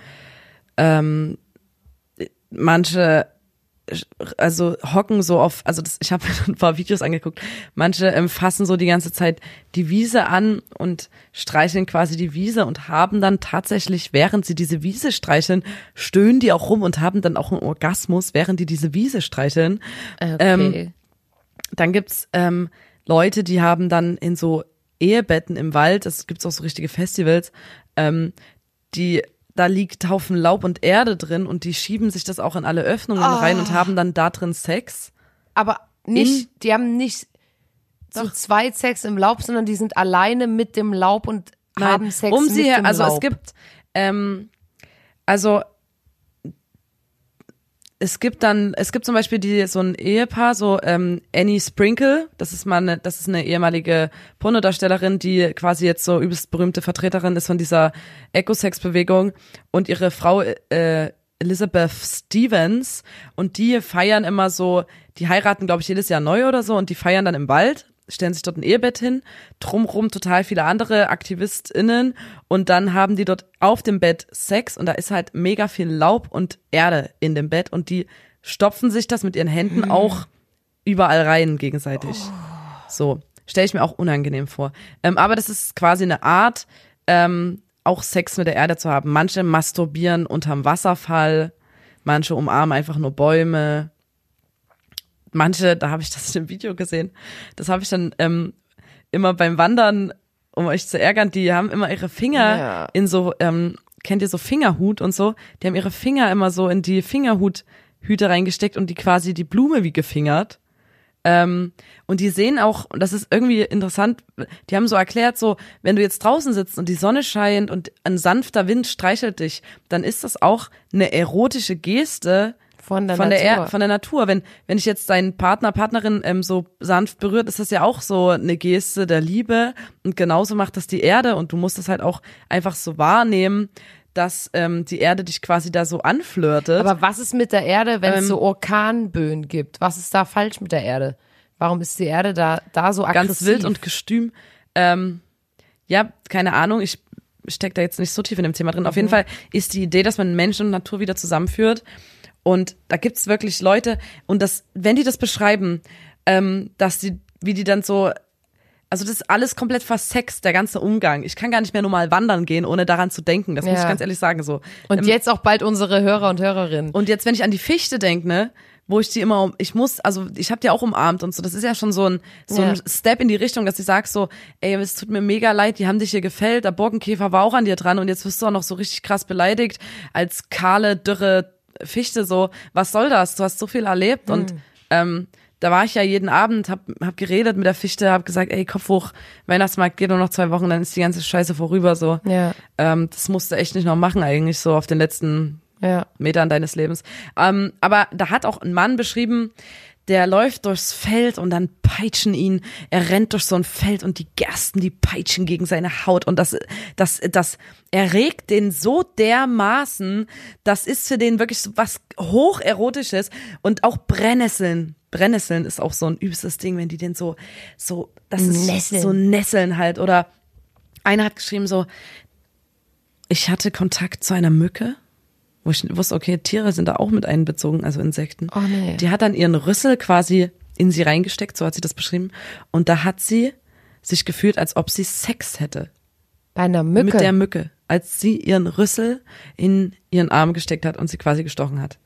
Manche also hocken so auf, ich habe ein paar Videos angeguckt, manche fassen so die ganze Zeit die Wiese an und streicheln quasi die Wiese und haben dann tatsächlich, während sie diese Wiese streicheln, stöhnen die auch rum und haben dann auch einen Orgasmus, während die diese Wiese streicheln. Okay. Dann gibt's Leute, die haben dann in so Ehebetten im Wald, es gibt's auch so richtige Festivals, da liegt Haufen Laub und Erde drin und die schieben sich das auch in alle Öffnungen rein und haben dann da drin Sex. Aber nicht, die haben nicht so zwei Sex im Laub, sondern die sind alleine mit dem Laub und haben Sex mit dem Laub. Es gibt, es gibt zum Beispiel so ein Ehepaar, so Annie Sprinkle, das ist eine ehemalige Pornodarstellerin, die quasi jetzt so übelst berühmte Vertreterin ist von dieser Eco-Sex-Bewegung, und ihre Frau Elizabeth Stevens, und die feiern immer so, die heiraten, glaube ich, jedes Jahr neu oder so, und die feiern dann im Wald, stellen sich dort ein Ehebett hin, drumrum total viele andere AktivistInnen, und dann haben die dort auf dem Bett Sex, und da ist halt mega viel Laub und Erde in dem Bett, und die stopfen sich das mit ihren Händen auch überall rein gegenseitig. So, stelle ich mir auch unangenehm vor. Aber das ist quasi eine Art, auch Sex mit der Erde zu haben. Manche masturbieren unterm Wasserfall, manche umarmen einfach nur Bäume. Manche, da habe ich das in einem Video gesehen, das habe ich dann immer beim Wandern, um euch zu ärgern, die haben immer ihre Finger in so, kennt ihr so Fingerhut und so, die haben ihre Finger immer so in die Fingerhuthüte reingesteckt und die quasi die Blume wie gefingert. Und die sehen auch, und das ist irgendwie interessant, die haben so erklärt, so, wenn du jetzt draußen sitzt und die Sonne scheint und ein sanfter Wind streichelt dich, dann ist das auch eine erotische Geste, von der Natur. Wenn ich jetzt deinen Partner, Partnerin so sanft berührt, ist das ja auch so eine Geste der Liebe, und genauso macht das die Erde, und du musst das halt auch einfach so wahrnehmen, dass die Erde dich quasi da so anflirtet. Aber was ist mit der Erde, wenn es so Orkanböen gibt? Was ist da falsch mit der Erde? Warum ist die Erde da so aggressiv? Ganz wild und gestüm. Ja, keine Ahnung, ich stecke da jetzt nicht so tief in dem Thema drin. Auf jeden Fall ist die Idee, dass man Mensch und Natur wieder zusammenführt. Und da gibt's wirklich Leute, und wenn die das beschreiben, wie die dann so, also das ist alles komplett versext, der ganze Umgang. Ich kann gar nicht mehr normal wandern gehen, ohne daran zu denken. Das muss ich ganz ehrlich sagen, so. Und jetzt auch bald unsere Hörer und Hörerinnen. Und jetzt, wenn ich an die Fichte denke, ne, wo ich die immer, ich habe die auch umarmt und so. Das ist ja schon so ein Step in die Richtung, dass ich sag so, ey, es tut mir mega leid, die haben dich hier gefällt, der Borkenkäfer war auch an dir dran, und jetzt wirst du auch noch so richtig krass beleidigt als kahle, dürre Fichte, so, was soll das? Du hast so viel erlebt, und da war ich ja jeden Abend, hab geredet mit der Fichte, hab gesagt, ey, Kopf hoch, Weihnachtsmarkt geht nur noch 2 Wochen, dann ist die ganze Scheiße vorüber, so. Ja. Das musst du echt nicht noch machen eigentlich, so auf den letzten Metern deines Lebens. Aber da hat auch ein Mann beschrieben, der läuft durchs Feld und dann peitschen ihn, er rennt durch so ein Feld und die Gersten, die peitschen gegen seine Haut, und das erregt den so dermaßen, das ist für den wirklich so was hocherotisches, und auch Brennnesseln ist auch so ein übelstes Ding, wenn die den so, das ist Nesseln. so Nesseln halt, oder einer hat geschrieben so, ich hatte Kontakt zu einer Mücke, wo ich wusste, okay, Tiere sind da auch mit einbezogen, also Insekten. Oh nee. Die hat dann ihren Rüssel quasi in sie reingesteckt, so hat sie das beschrieben. Und da hat sie sich gefühlt, als ob sie Sex hätte. Bei einer Mücke? Mit der Mücke. Als sie ihren Rüssel in ihren Arm gesteckt hat und sie quasi gestochen hat.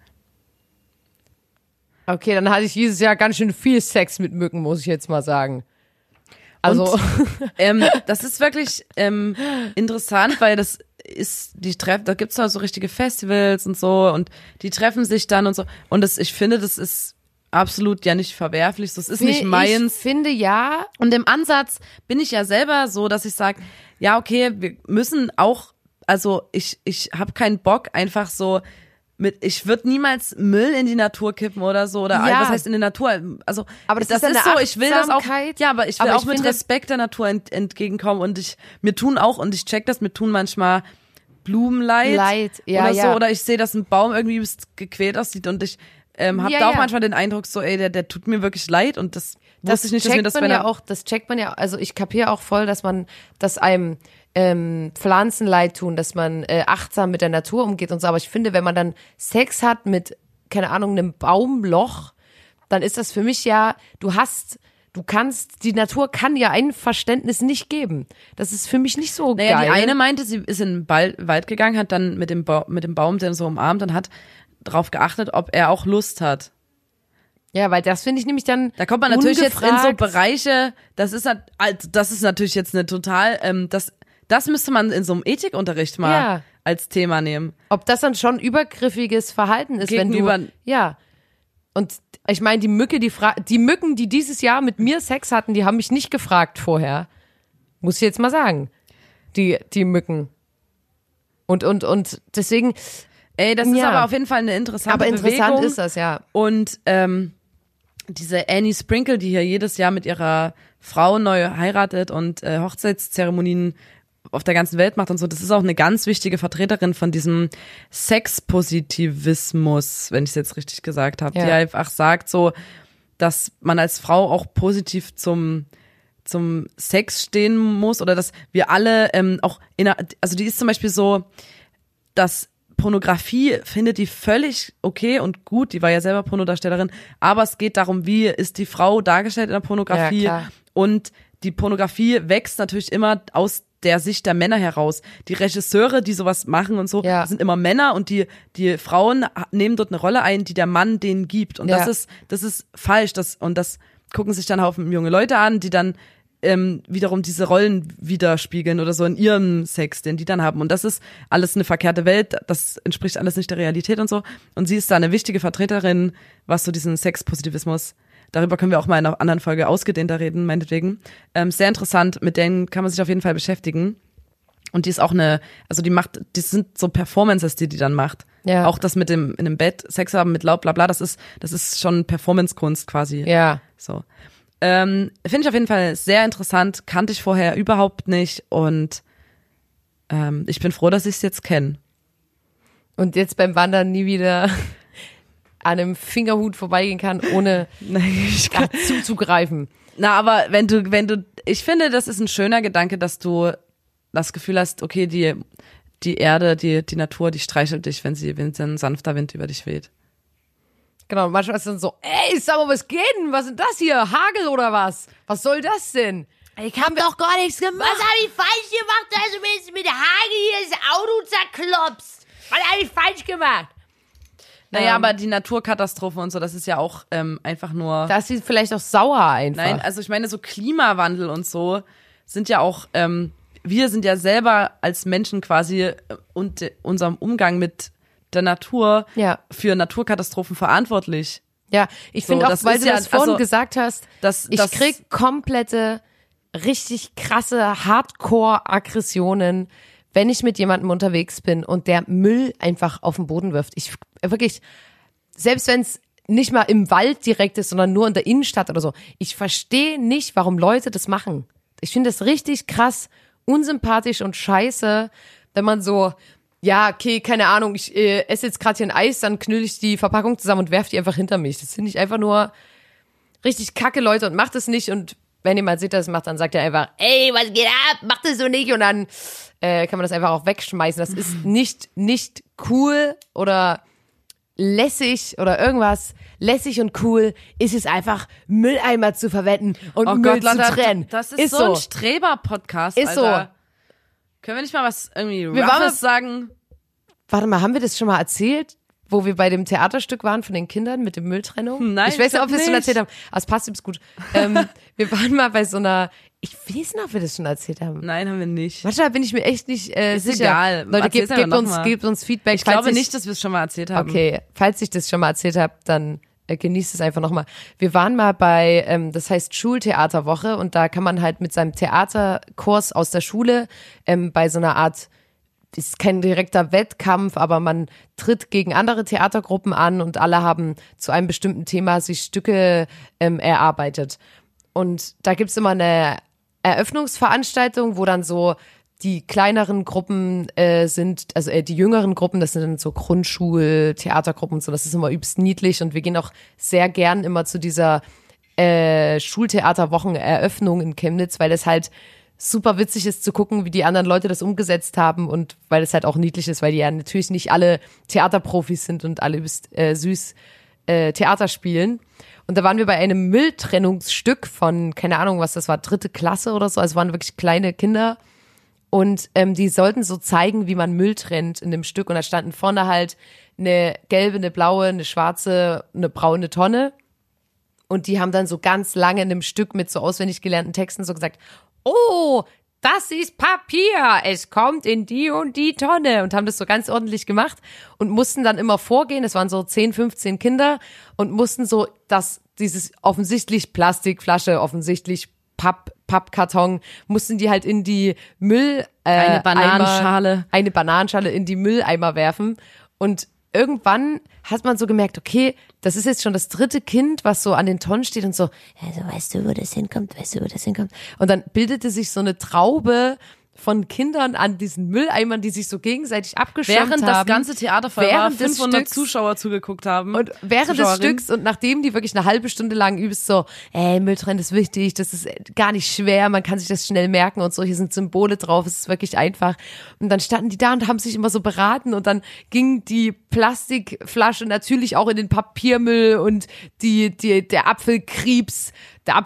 Okay, dann hatte ich dieses Jahr ganz schön viel Sex mit Mücken, muss ich jetzt mal sagen. Also. Und, das ist wirklich interessant, weil das ist, da gibt's da so richtige Festivals und so, und die treffen sich dann und so. Und ich finde, das ist absolut ja nicht verwerflich, das ist nicht meins. Ich finde ja. Und im Ansatz bin ich ja selber so, dass ich sage, ja, okay, wir müssen auch, also ich habe keinen Bock, einfach so ich würde niemals Müll in die Natur kippen oder so, oder was heißt in die Natur, also aber das ist so, ich will das auch, ja, aber ich will auch mit Respekt der Natur entgegenkommen, und mir tun manchmal Blumen leid oder so, oder ich sehe, dass ein Baum irgendwie gequält aussieht, und ich habe da auch manchmal den Eindruck so, ey, der tut mir wirklich leid, und das wusste ich nicht, dass mir das das checkt man ja, also ich kapiere auch voll, dass einem Pflanzen leid tun, dass man achtsam mit der Natur umgeht und so, aber ich finde, wenn man dann Sex hat mit, keine Ahnung, einem Baumloch, dann ist das für mich ja, die Natur kann ja ein Verständnis nicht geben. Das ist für mich nicht so geil. Die eine meinte, sie ist in den Wald gegangen, hat dann mit dem Baum den so umarmt und hat drauf geachtet, ob er auch Lust hat. Ja, weil das finde ich nämlich dann da kommt man natürlich jetzt in so Bereiche, das ist natürlich jetzt eine total, das müsste man in so einem Ethikunterricht mal als Thema nehmen. Ob das dann schon übergriffiges Verhalten ist, gegenüber, wenn du, ja. Und ich meine, die Mücken, die dieses Jahr mit mir Sex hatten, die haben mich nicht gefragt vorher. Muss ich jetzt mal sagen. Die Mücken. Und deswegen, Ey, das ist aber auf jeden Fall eine interessante Aber interessant Bewegung. ist das, ja. Und diese Annie Sprinkle, die hier jedes Jahr mit ihrer Frau neu heiratet und Hochzeitszeremonien auf der ganzen Welt macht und so, das ist auch eine ganz wichtige Vertreterin von diesem Sexpositivismus, wenn ich es jetzt richtig gesagt habe, die einfach sagt so, dass man als Frau auch positiv zum Sex stehen muss oder dass wir alle auch also die ist zum Beispiel so, dass Pornografie findet die völlig okay und gut, die war ja selber Pornodarstellerin, aber es geht darum, wie ist die Frau dargestellt in der Pornografie und die Pornografie wächst natürlich immer aus der Sicht der Männer heraus. Die Regisseure, die sowas machen und so, sind immer Männer und die Frauen nehmen dort eine Rolle ein, die der Mann denen gibt und das ist falsch, das gucken sich dann Haufen junge Leute an, die dann wiederum diese Rollen widerspiegeln oder so in ihrem Sex, den die dann haben. Und das ist alles eine verkehrte Welt, das entspricht alles nicht der Realität und so. Und sie ist da eine wichtige Vertreterin, was so diesen Sexpositivismus, darüber können wir auch mal in einer anderen Folge ausgedehnter reden, meinetwegen. Sehr interessant, mit denen kann man sich auf jeden Fall beschäftigen. Und die ist auch das sind so Performances, die dann macht. Ja. Auch das mit in einem Bett Sex haben mit laut bla bla, das ist schon Performance-Kunst quasi. Ja. So. Finde ich auf jeden Fall sehr interessant, kannte ich vorher überhaupt nicht und ich bin froh, dass ich es jetzt kenne. Und jetzt beim Wandern nie wieder an einem Fingerhut vorbeigehen kann, ohne zuzugreifen. Na, aber ich finde, das ist ein schöner Gedanke, dass du das Gefühl hast, okay, die Erde, die Natur, die streichelt dich, wenn ein sanfter Wind über dich weht. Genau, manchmal ist es dann so, ey, sag mal, was geht denn? Was ist denn das hier? Hagel oder was? Was soll das denn? Ich hab doch gar nichts gemacht. Was hab ich falsch gemacht, dass du mir jetzt mit der Hagel hier das Auto zerklopst? Was hab ich falsch gemacht? Naja, aber die Naturkatastrophe und so, das ist ja auch einfach nur... Da ist sie vielleicht auch sauer einfach. Nein, also ich meine, so Klimawandel und so sind ja auch... wir sind ja selber als Menschen quasi und unserem Umgang mit der Natur für Naturkatastrophen verantwortlich. Ja, ich finde auch, weil du das vorhin gesagt hast, ich krieg komplette, richtig krasse Hardcore-Aggressionen, wenn ich mit jemandem unterwegs bin und der Müll einfach auf den Boden wirft. Ich wirklich, selbst wenn es nicht mal im Wald direkt ist, sondern nur in der Innenstadt oder so, ich verstehe nicht, warum Leute das machen. Ich finde das richtig krass, unsympathisch und scheiße, wenn man so... Ja, okay, keine Ahnung, ich esse jetzt gerade hier ein Eis, dann knülle ich die Verpackung zusammen und werfe die einfach hinter mich. Das finde ich einfach nur richtig kacke, Leute, und macht es nicht. Und wenn jemand sieht, dass es macht, dann sagt er einfach, ey, was geht ab, mach das so nicht. Und dann kann man das einfach auch wegschmeißen. Das ist nicht cool oder lässig oder irgendwas. Lässig und cool ist es einfach, Mülleimer zu verwenden und Müll zu trennen. Das ist so ein Streber-Podcast, ist Alter. So. Können wir nicht mal was irgendwie Roughes sagen? Warte mal, haben wir das schon mal erzählt, wo wir bei dem Theaterstück waren von den Kindern mit der Mülltrennung? Nein, ich weiß nicht, ob wir es schon erzählt haben. Aber es passt übrigens gut. Wir waren mal bei so einer, ich weiß nicht, ob wir das schon erzählt haben. Nein, haben wir nicht. Manchmal bin ich mir echt nicht ist sicher. Egal. Leute, gebt uns Feedback. Ich glaube nicht, dass wir es schon mal erzählt haben. Okay, falls ich das schon mal erzählt habe, dann genießt es einfach nochmal. Wir waren mal bei, das heißt Schultheaterwoche, und da kann man halt mit seinem Theaterkurs aus der Schule bei so einer Art, ist kein direkter Wettkampf, aber man tritt gegen andere Theatergruppen an und alle haben zu einem bestimmten Thema sich Stücke erarbeitet. Und da gibt's immer eine Eröffnungsveranstaltung, wo dann so die kleineren Gruppen sind, also die jüngeren Gruppen, das sind dann so Grundschul-Theatergruppen und so, das ist immer übelst niedlich, und wir gehen auch sehr gern immer zu dieser Schultheaterwochen-Eröffnung in Chemnitz, weil das halt super witzig ist zu gucken, wie die anderen Leute das umgesetzt haben, und weil es halt auch niedlich ist, weil die ja natürlich nicht alle Theaterprofis sind und alle übelst süß Theater spielen. Und da waren wir bei einem Mülltrennungsstück von, keine Ahnung, was das war, 3. Klasse oder so, also waren wirklich kleine Kinder. Und die sollten so zeigen, wie man Müll trennt in dem Stück. Und da standen vorne halt eine gelbe, eine blaue, eine schwarze, eine braune Tonne. Und die haben dann so ganz lange in dem Stück mit so auswendig gelernten Texten so gesagt, oh, das ist Papier, es kommt in die und die Tonne. Und haben das so ganz ordentlich gemacht und mussten dann immer vorgehen. Es waren so 10, 15 Kinder und mussten so dieses offensichtlich Plastikflasche, offensichtlich Pappkarton, mussten die halt in die eine Bananenschale in die Mülleimer werfen. Und irgendwann hat man so gemerkt, okay, das ist jetzt schon das 3. Kind, was so an den Tonnen steht und so, also weißt du, wo das hinkommt, Und dann bildete sich so eine Traube von Kindern an diesen Mülleimern, die sich so gegenseitig abgeschirmt haben. Während das ganze Theater voll war, 500 Zuschauer zugeguckt haben. Und während des Stücks und nachdem die wirklich eine halbe Stunde lang übst so, Müll trennen ist wichtig, das ist gar nicht schwer, man kann sich das schnell merken und so, hier sind Symbole drauf, es ist wirklich einfach. Und dann standen die da und haben sich immer so beraten und dann ging die Plastikflasche natürlich auch in den Papiermüll und der Apfelkriepsch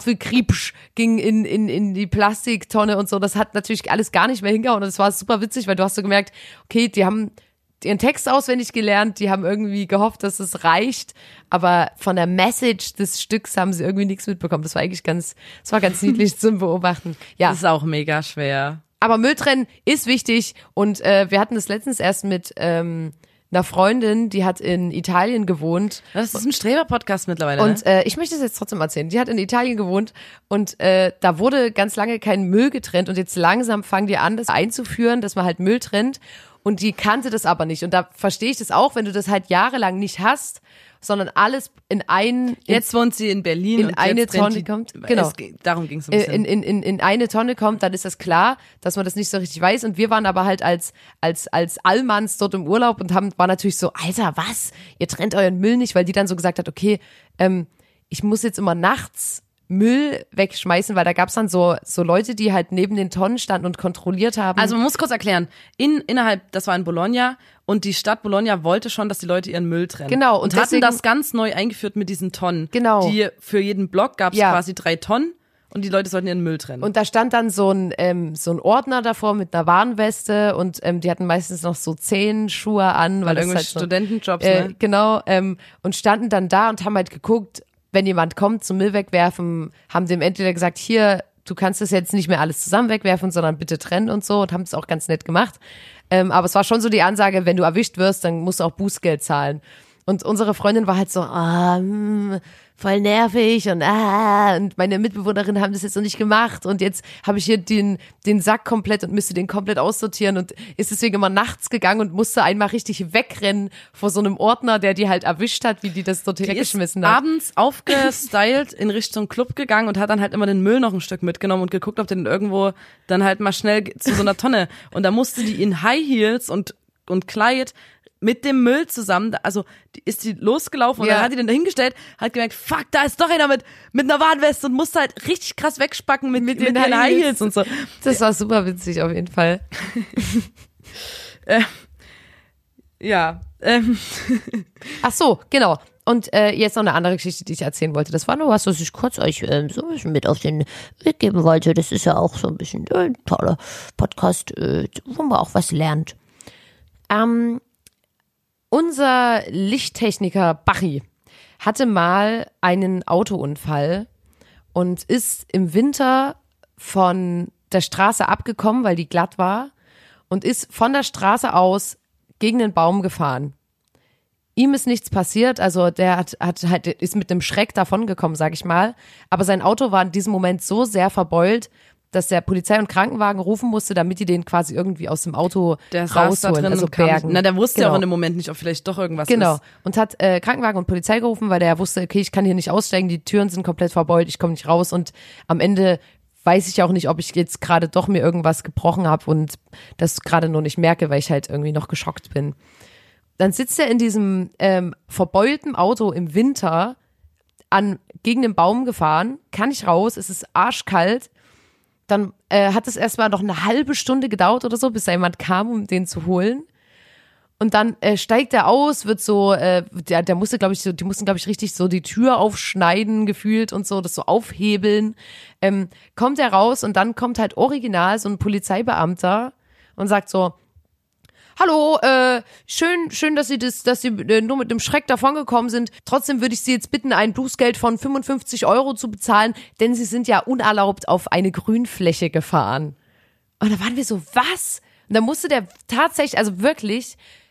ging in die Plastiktonne und so. Das hat natürlich alles gar nicht mehr hingehauen und das war super witzig, weil du hast so gemerkt, okay, die haben ihren Text auswendig gelernt, die haben irgendwie gehofft, dass es reicht, aber von der Message des Stücks haben sie irgendwie nichts mitbekommen. Das war eigentlich ganz niedlich zum Beobachten. Ja. Das ist auch mega schwer. Aber Müll trennen ist wichtig und wir hatten das letztens erst mit einer Freundin, die hat in Italien gewohnt. Das ist ein Streber-Podcast mittlerweile. Und ich möchte es jetzt trotzdem erzählen. Die hat in Italien gewohnt und da wurde ganz lange kein Müll getrennt und jetzt langsam fangen die an, das einzuführen, dass man halt Müll trennt. Und die kannte das aber nicht. Und da verstehe ich das auch, wenn du das halt jahrelang nicht hast, sondern alles Jetzt wohnt sie in Berlin in und eine jetzt Tonne kommt. Genau. Darum ging es ein bisschen. In eine Tonne kommt, dann ist das klar, dass man das nicht so richtig weiß. Und wir waren aber halt als Allmanns dort im Urlaub und war natürlich so, Alter, was? Ihr trennt euren Müll nicht, weil die dann so gesagt hat, okay, ich muss jetzt immer nachts Müll wegschmeißen, weil da gab's dann so Leute, die halt neben den Tonnen standen und kontrolliert haben. Also man muss kurz erklären, das war in Bologna und die Stadt Bologna wollte schon, dass die Leute ihren Müll trennen. Genau. Und hatten das ganz neu eingeführt mit diesen Tonnen. Genau. Die für jeden Block gab's quasi 3 Tonnen und die Leute sollten ihren Müll trennen. Und da stand dann so ein Ordner davor mit einer Warnweste und die hatten meistens noch so Zehenschuhe an, weil das irgendwelche halt so, Studentenjobs, ne? Genau, und standen dann da und haben halt geguckt, wenn jemand kommt zum Müll wegwerfen, haben dem entweder gesagt, hier, du kannst das jetzt nicht mehr alles zusammen wegwerfen, sondern bitte trennen und so und haben es auch ganz nett gemacht. Aber es war schon so die Ansage, wenn du erwischt wirst, dann musst du auch Bußgeld zahlen. Und unsere Freundin war halt so, voll nervig und meine Mitbewohnerinnen haben das jetzt noch nicht gemacht und jetzt habe ich hier den Sack komplett und müsste den komplett aussortieren und ist deswegen immer nachts gegangen und musste einmal richtig wegrennen vor so einem Ordner, der die halt erwischt hat, wie die das dort weggeschmissen hat. Abends aufgestylt in Richtung Club gegangen und hat dann halt immer den Müll noch ein Stück mitgenommen und geguckt, ob den irgendwo dann halt mal schnell zu so einer Tonne und da musste die in High Heels und Kleid mit dem Müll zusammen, also ist die losgelaufen und dann hat die den da hingestellt, hat gemerkt, fuck, da ist doch einer mit einer Warnweste und musste halt richtig krass wegspacken mit den High Heels und so. Das war super witzig auf jeden Fall. Ach so, genau. Und jetzt noch eine andere Geschichte, die ich erzählen wollte. Das war nur was ich kurz euch so ein bisschen mit auf den Weg geben wollte. Das ist ja auch so ein bisschen ein toller Podcast, wo man auch was lernt. Unser Lichttechniker Bachi hatte mal einen Autounfall und ist im Winter von der Straße abgekommen, weil die glatt war und ist von der Straße aus gegen den Baum gefahren. Ihm ist nichts passiert, also der ist mit einem Schreck davongekommen, sag ich mal, aber sein Auto war in diesem Moment so sehr verbeult, dass der Polizei und Krankenwagen rufen musste, damit die den quasi irgendwie aus dem Auto rausholen, also bergen. Der wusste ja auch in dem Moment nicht, ob vielleicht doch irgendwas ist. Genau. Und hat Krankenwagen und Polizei gerufen, weil der wusste, okay, ich kann hier nicht aussteigen, die Türen sind komplett verbeult, ich komme nicht raus und am Ende weiß ich auch nicht, ob ich jetzt gerade doch mir irgendwas gebrochen habe und das gerade nur nicht merke, weil ich halt irgendwie noch geschockt bin. Dann sitzt er in diesem verbeulten Auto im Winter gegen den Baum gefahren, kann nicht raus, es ist arschkalt. Dann hat es erstmal noch eine halbe Stunde gedauert oder so, bis da jemand kam, um den zu holen. Und dann steigt er aus, wird so, die mussten, glaube ich, richtig so die Tür aufschneiden, gefühlt und so, das so aufhebeln. Kommt er raus und dann kommt halt original so ein Polizeibeamter und sagt so, hallo, schön, dass Sie nur mit dem Schreck davongekommen sind. Trotzdem würde ich Sie jetzt bitten, ein Bußgeld von 55 € zu bezahlen, denn Sie sind ja unerlaubt auf eine Grünfläche gefahren. Und da waren wir so, was? Und da musste der tatsächlich, also wirklich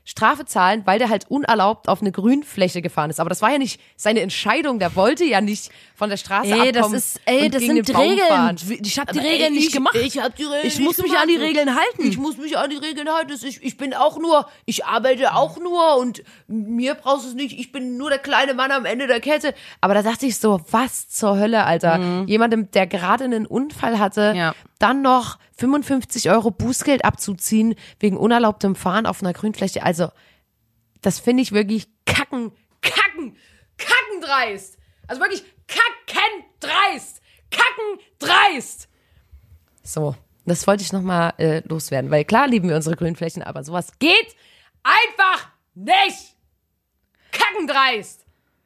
Strafe zahlen, weil der halt unerlaubt auf eine Grünfläche gefahren ist. Aber das war ja nicht seine Entscheidung. Der wollte ja nicht von der Straße abkommen. Das und sind gegen den Baum Regeln. fahren. Ich habe die Regeln nicht gemacht. Ich habe die Regeln Ich nicht muss mich gemacht. an die Regeln halten. Ich muss mich an die Regeln halten. Ich arbeite auch nur und mir brauchst du es nicht. Ich bin nur der kleine Mann am Ende der Kette. Aber da dachte ich so, was zur Hölle, Alter. Jemandem, der gerade einen Unfall hatte, Ja. dann noch 55 € Bußgeld abzuziehen wegen unerlaubtem Fahren auf einer Grünfläche. Also, das finde ich wirklich kackendreist. Also wirklich kackendreist. So, das wollte ich nochmal loswerden, weil klar lieben wir unsere Grünflächen, aber sowas geht einfach nicht. Kackendreist.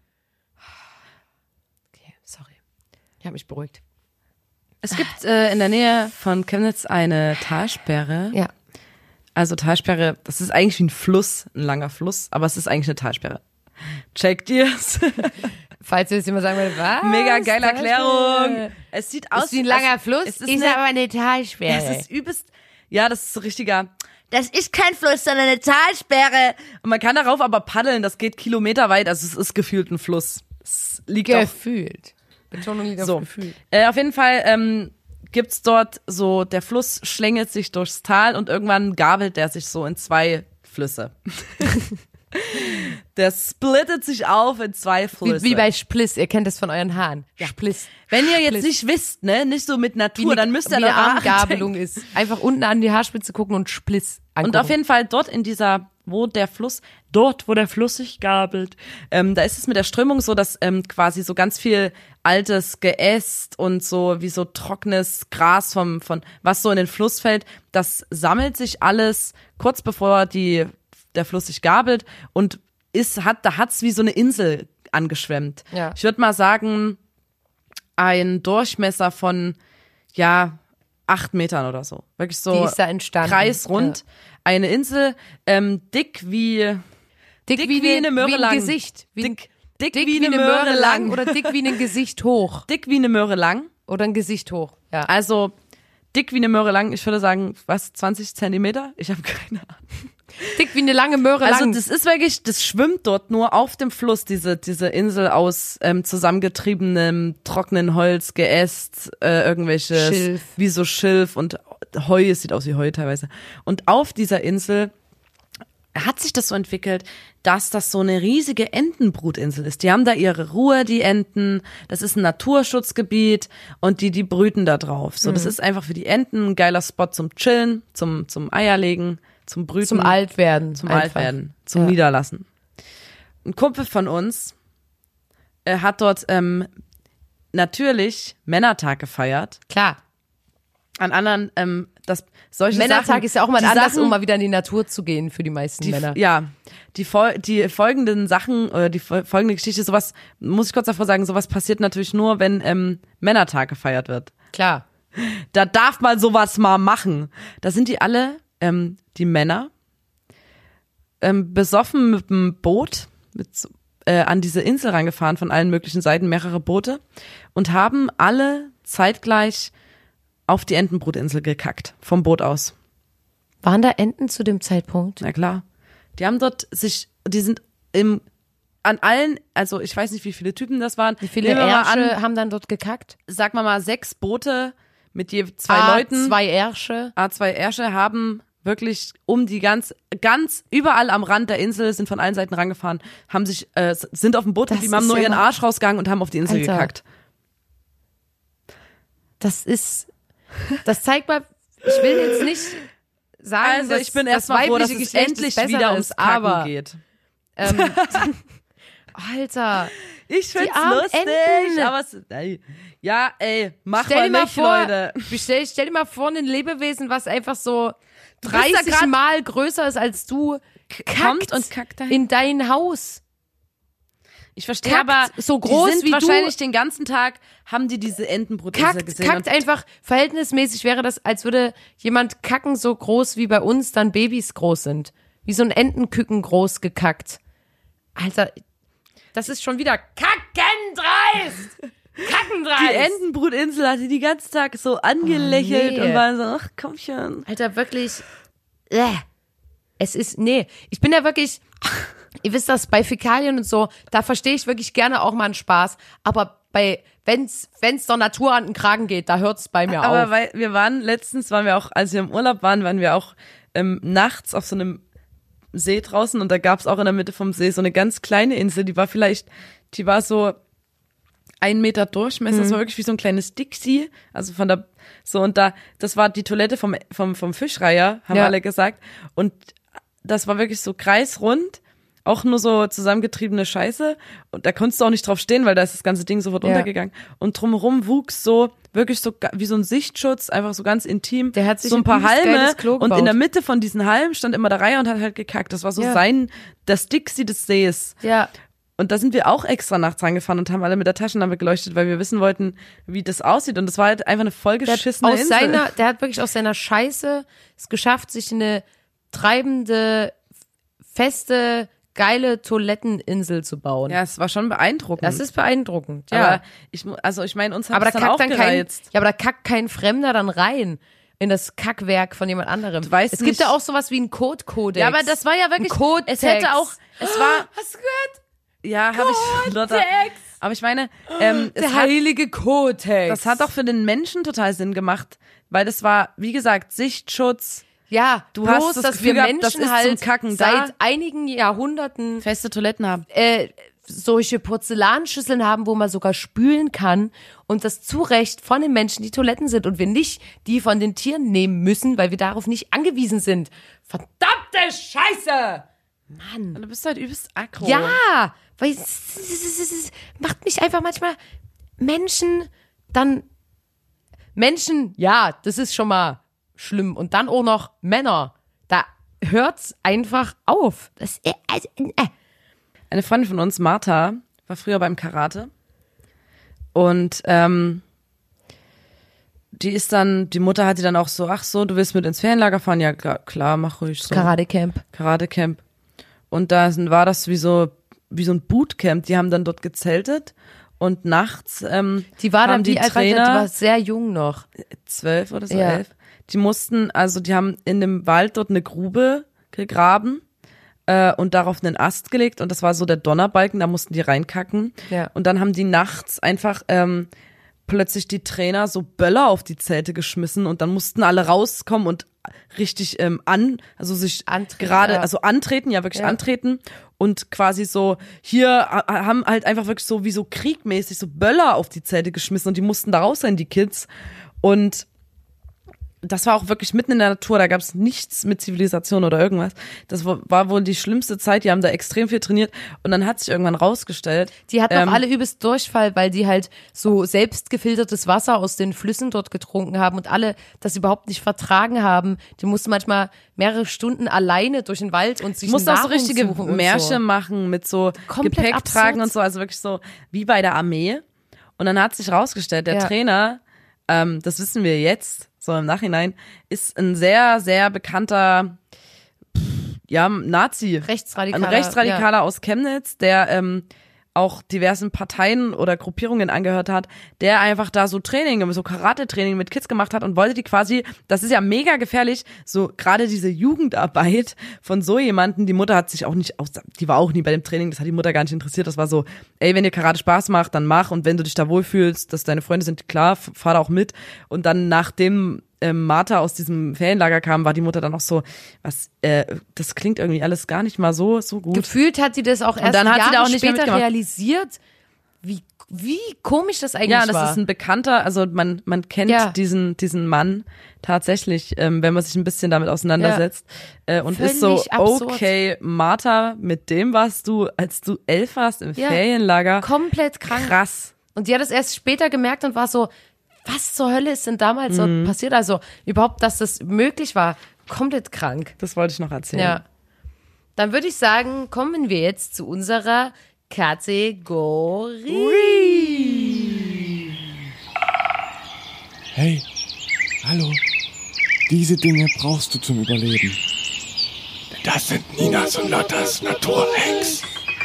Okay, sorry. Ich habe mich beruhigt. Es gibt in der Nähe von Chemnitz eine Talsperre. Ja. Also Talsperre, das ist eigentlich wie ein Fluss, ein langer Fluss, aber es ist eigentlich eine Talsperre. Checkt ihr's? Falls ihr jetzt immer sagen würdet, was? Mega geile Talsperre? Erklärung. Es sieht aus Ist wie ein langer Fluss. Es ist Ist eine, aber eine Talsperre. es ist übelst, ja, das ist so richtiger. Das ist kein Fluss, sondern eine Talsperre. Und man kann darauf aber paddeln, das geht kilometerweit, also es ist gefühlt ein Fluss. Es liegt auf Gefühlt. Betonung liegt so. auf Gefühl. Auf jeden Fall gibt's dort so, der Fluss schlängelt sich durchs Tal und irgendwann gabelt der sich so in 2 Flüsse. Der splittet sich auf in 2 Flüsse. Wie bei Spliss, ihr kennt das von euren Haaren. Ja. Spliss. Wenn ihr jetzt Spliss. nicht wisst, ne, nicht so mit Natur, dann müsst ihr wie eine darüber Armgabelung nachdenken. ist. Einfach unten an die Haarspitze gucken und Spliss angucken. Und auf jeden Fall dort in dieser, wo der Fluss sich gabelt, da ist es mit der Strömung so, dass quasi so ganz viel altes Geäst und so wie so trockenes Gras von was so in den Fluss fällt, das sammelt sich alles kurz bevor der Fluss sich gabelt und da hat's wie so eine Insel angeschwemmt. Ja. Ich würde mal sagen, ein Durchmesser von, 8 Metern oder so. Wirklich so Die ist da entstanden. kreisrund. Eine Insel, dick wie eine Möhre wie ein lang. Gesicht. Dick wie eine Möhre lang. Oder dick wie ein Gesicht hoch. Dick wie eine Möhre lang. Oder ein Gesicht hoch. Ja. Also dick wie eine Möhre lang. Ich würde sagen, 20 Zentimeter? Ich habe keine Ahnung. Dick wie eine lange Möhre Also lang. das ist wirklich, das schwimmt dort nur auf dem Fluss, diese Insel aus zusammengetriebenem trockenen Holz, Geäst, irgendwelches, Schilf. wie so Schilf und Heu, es sieht aus wie Heu teilweise. Und auf dieser Insel hat sich das so entwickelt, dass das so eine riesige Entenbrutinsel ist. Die haben da ihre Ruhe, die Enten. Das ist ein Naturschutzgebiet und die brüten da drauf. So, das ist einfach für die Enten ein geiler Spot zum Chillen, zum Eierlegen, zum Brüten. Zum Altwerden. Zum einfach. Altwerden, zum Ja. Niederlassen. Ein Kumpel von uns hat dort natürlich Männertag gefeiert. Klar. An anderen, solche Männertag Sachen, ist ja auch mal die anders, Sachen, um mal wieder in die Natur zu gehen für die meisten Männer. Ja, die folgenden Sachen, oder die folgende Geschichte, sowas, muss ich kurz davor sagen, sowas passiert natürlich nur, wenn Männertag gefeiert wird. Klar. Da darf man sowas mal machen. Da sind die alle, die Männer, besoffen mit dem Boot, an diese Insel rangefahren von allen möglichen Seiten, mehrere Boote, und haben alle zeitgleich auf die Entenbrutinsel gekackt, vom Boot aus. Waren da Enten zu dem Zeitpunkt? Na klar. Die haben dort die sind an allen, also ich weiß nicht, wie viele Typen das waren. Wie viele Nehmen wir mal Ärsche haben dann dort gekackt? Sag mal 6 Boote mit je 2 Leuten. 2 Ärsche. A2 Ärsche haben wirklich die ganz überall am Rand der Insel, sind von allen Seiten rangefahren, haben sich, sind auf dem Boot Das geblieben, haben ist nur ja ihren mal- Arsch rausgegangen und haben auf die Insel Alter. gekackt. Das zeigt mal, ich will jetzt nicht sagen, Also dass ich bin das erstmal froh, dass weibliche es Geschlecht endlich das Bessere wieder ums ist, Kacken aber geht. Alter, Ich find's armen lustig, Enten. aber ja, mach stell mal dir mal nicht, vor, Leute. stell dir mal vor, ein Lebewesen, was einfach so bist da 30 grad- Mal größer ist als du, kommt und kackt dahin. in dein Haus. Ich verstehe, kackt aber so groß die sind wie du- wahrscheinlich den ganzen Tag, haben die diese Entenbrutinsel gesehen. Kackt einfach, verhältnismäßig wäre das, als würde jemand kacken so groß wie bei uns dann Babys groß sind. Wie so ein Entenküken groß gekackt. Alter, das ist schon wieder kackendreist! Kackendreist! Die Entenbrutinsel hat sie die ganzen Tag so angelächelt nee. und war so, ach komm schon. Alter, wirklich. ich bin ja wirklich, ihr wisst das, bei Fäkalien und so, da verstehe ich wirklich gerne auch mal einen Spaß, aber wenn's der Natur an den Kragen geht, da hört's bei mir Aber auf. weil letztens waren wir auch, als wir im Urlaub waren wir auch nachts auf so einem See draußen und da gab's auch in der Mitte vom See so eine ganz kleine Insel, die war so 1 Meter Durchmesser, das war wirklich wie so ein kleines Dixie, also das war die Toilette vom Fischreiher, haben alle gesagt, und das war wirklich so kreisrund, auch nur so zusammengetriebene Scheiße und da konntest du auch nicht drauf stehen, weil da ist das ganze Ding sofort untergegangen und drumherum wuchs so, wirklich so wie so ein Sichtschutz, einfach so ganz intim, Der hat sich so ein paar Halme Klo und gebaut. in der Mitte von diesen Halmen stand immer der Reiher und hat halt gekackt, das war so das Dixie des Sees. Ja. Und da sind wir auch extra nachts rangefahren und haben alle mit der Taschenlampe geleuchtet, weil wir wissen wollten, wie das aussieht. Und das war halt einfach eine vollgeschissene Insel. Der hat wirklich aus seiner Scheiße es geschafft, sich eine treibende, feste, geile Toiletteninsel zu bauen. Ja, es war schon beeindruckend. Das ist beeindruckend, ja. Aber ich meine, uns hat es dann auch gereizt. Aber da kackt kein Fremder dann rein in das Kackwerk von jemand anderem. Du weißt es gibt nicht- ja auch sowas wie einen Code-Kodex. Ja, aber das war ja wirklich, Ein Kodex. es war, Hast du gehört? ja, habe ich, Lotta. Aber ich meine, Der heilige Kodex. das hat doch für den Menschen total Sinn gemacht, weil das war, wie gesagt, Sichtschutz, ja, Du bloß, hast das dass Gefühl wir gehabt, das Menschen ist zum halt Kacken da. seit einigen Jahrhunderten feste Toiletten haben. solche Porzellanschüsseln haben, wo man sogar spülen kann und das zu Recht von den Menschen die Toiletten sind und wir nicht die von den Tieren nehmen müssen, weil wir darauf nicht angewiesen sind. Verdammte Scheiße! Mann. Du bist halt übelst aggro. Ja, weil es macht mich einfach manchmal Menschen, ja, das ist schon mal schlimm. Und dann auch noch Männer. Da hört's einfach auf. Eine Freundin von uns, Martha, war früher beim Karate und die Mutter hat die dann auch so, ach so, du willst mit ins Ferienlager fahren? Ja, klar, mach ruhig so. Karate-Camp. Und da war das wie so ein Bootcamp. Die haben dann dort gezeltet und nachts Die war haben dann die wie alt, die Trainer war sehr jung noch. 12 oder so, Ja. 11. Die haben in dem Wald dort eine Grube gegraben und darauf einen Ast gelegt und das war so der Donnerbalken, da mussten die reinkacken. Ja. Und dann haben die nachts einfach plötzlich die Trainer so Böller auf die Zelte geschmissen und dann mussten alle rauskommen und richtig antreten, ja wirklich antreten und quasi so hier haben halt einfach wirklich so wie so kriegmäßig so Böller auf die Zelte geschmissen und die mussten da raus sein, die Kids. Und das war auch wirklich mitten in der Natur, da gab es nichts mit Zivilisation oder irgendwas. Das war wohl die schlimmste Zeit, die haben da extrem viel trainiert und dann hat sich irgendwann rausgestellt. Die hatten auch alle übelst Durchfall, weil die halt so selbst gefiltertes Wasser aus den Flüssen dort getrunken haben und alle das überhaupt nicht vertragen haben. Die mussten manchmal mehrere Stunden alleine durch den Wald und sich Ich musste auch so Nahrung richtige suchen und Märsche so. machen mit so Komplett Gepäck absurd. tragen und so, also wirklich so wie bei der Armee. Und dann hat sich rausgestellt, der Ja. Trainer, das wissen wir jetzt, so im Nachhinein, ist ein sehr, sehr bekannter Nazi. Rechtsradikaler. Ein Rechtsradikaler aus Chemnitz, der auch diversen Parteien oder Gruppierungen angehört hat, der einfach da so Training, so Karate-Training mit Kids gemacht hat und wollte die quasi, das ist ja mega gefährlich, so gerade diese Jugendarbeit von so jemanden, die Mutter hat sich auch nicht, die war auch nie bei dem Training, das hat die Mutter gar nicht interessiert, das war so, ey, wenn dir Karate Spaß macht, dann mach und wenn du dich da wohlfühlst, dass deine Freunde sind, klar, fahr da auch mit und dann nachdem Martha aus diesem Ferienlager kam, war die Mutter dann auch so, das klingt irgendwie alles gar nicht mal so gut. Gefühlt hat sie das auch erst dann hat sie Jahre da auch nicht mehr später mitgemacht. realisiert, wie komisch das eigentlich Ja, das war. ist ein Bekannter, also man kennt Ja. diesen Mann tatsächlich, wenn man sich ein bisschen damit auseinandersetzt und ist so, Völlig absurd. okay, Martha, mit dem warst du, als du 11 warst im Ja. Ferienlager, Komplett krank. krass. Und die hat es erst später gemerkt und war so, was zur Hölle ist denn damals so passiert? Also überhaupt, dass das möglich war, komplett krank. Das wollte ich noch erzählen. Ja. Dann würde ich sagen, kommen wir jetzt zu unserer Kategorie. Hey, hallo. Diese Dinge brauchst du zum Überleben. Denn das sind Ninas und Lottas Naturhacks.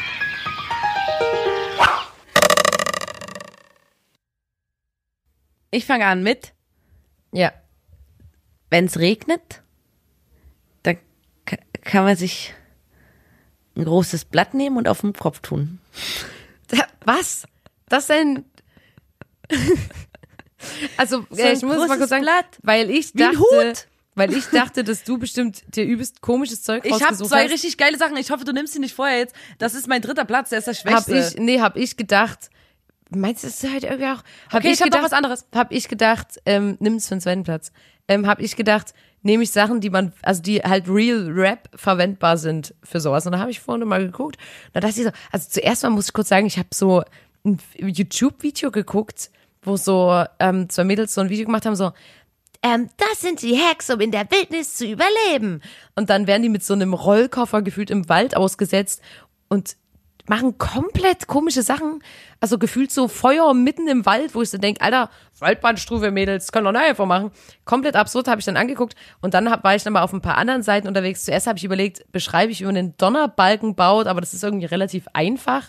Ich fange an mit, Ja. wenn es regnet, dann kann man sich ein großes Blatt nehmen und auf den Kopf tun. Was? Das denn? Also, So ein ich muss mal kurz sagen, Blatt. weil ich Wie ein dachte, Hut. weil ich dachte, dass du bestimmt dir übelst komisches Zeug Ich habe rausgesucht 2 hast. richtig geile Sachen. Ich hoffe, du nimmst sie nicht vorher jetzt. Das ist mein 3. Platz, der ist der schwächste. Hab ich gedacht, meinst du, das ist halt irgendwie auch, Okay, ich hab noch was anderes. Hab ich gedacht, nimm's für den 2. Platz. Hab ich gedacht, nehme ich Sachen, die die halt Real Rap verwendbar sind für sowas. Und da habe ich vorhin mal geguckt. Da dachte ich so, also zuerst mal muss ich kurz sagen, ich habe so ein YouTube-Video geguckt, wo so 2 Mädels so ein Video gemacht haben, so, das sind die Hacks, um in der Wildnis zu überleben. Und dann werden die mit so einem Rollkoffer gefühlt im Wald ausgesetzt und machen komplett komische Sachen. Also gefühlt so Feuer mitten im Wald, wo ich so denke, Alter, Waldbahnstrufe, Mädels, können doch nicht einfach machen. Komplett absurd, habe ich dann angeguckt. Und dann war ich dann mal auf ein paar anderen Seiten unterwegs. Zuerst habe ich überlegt, beschreibe ich, wie man einen Donnerbalken baut, aber das ist irgendwie relativ einfach.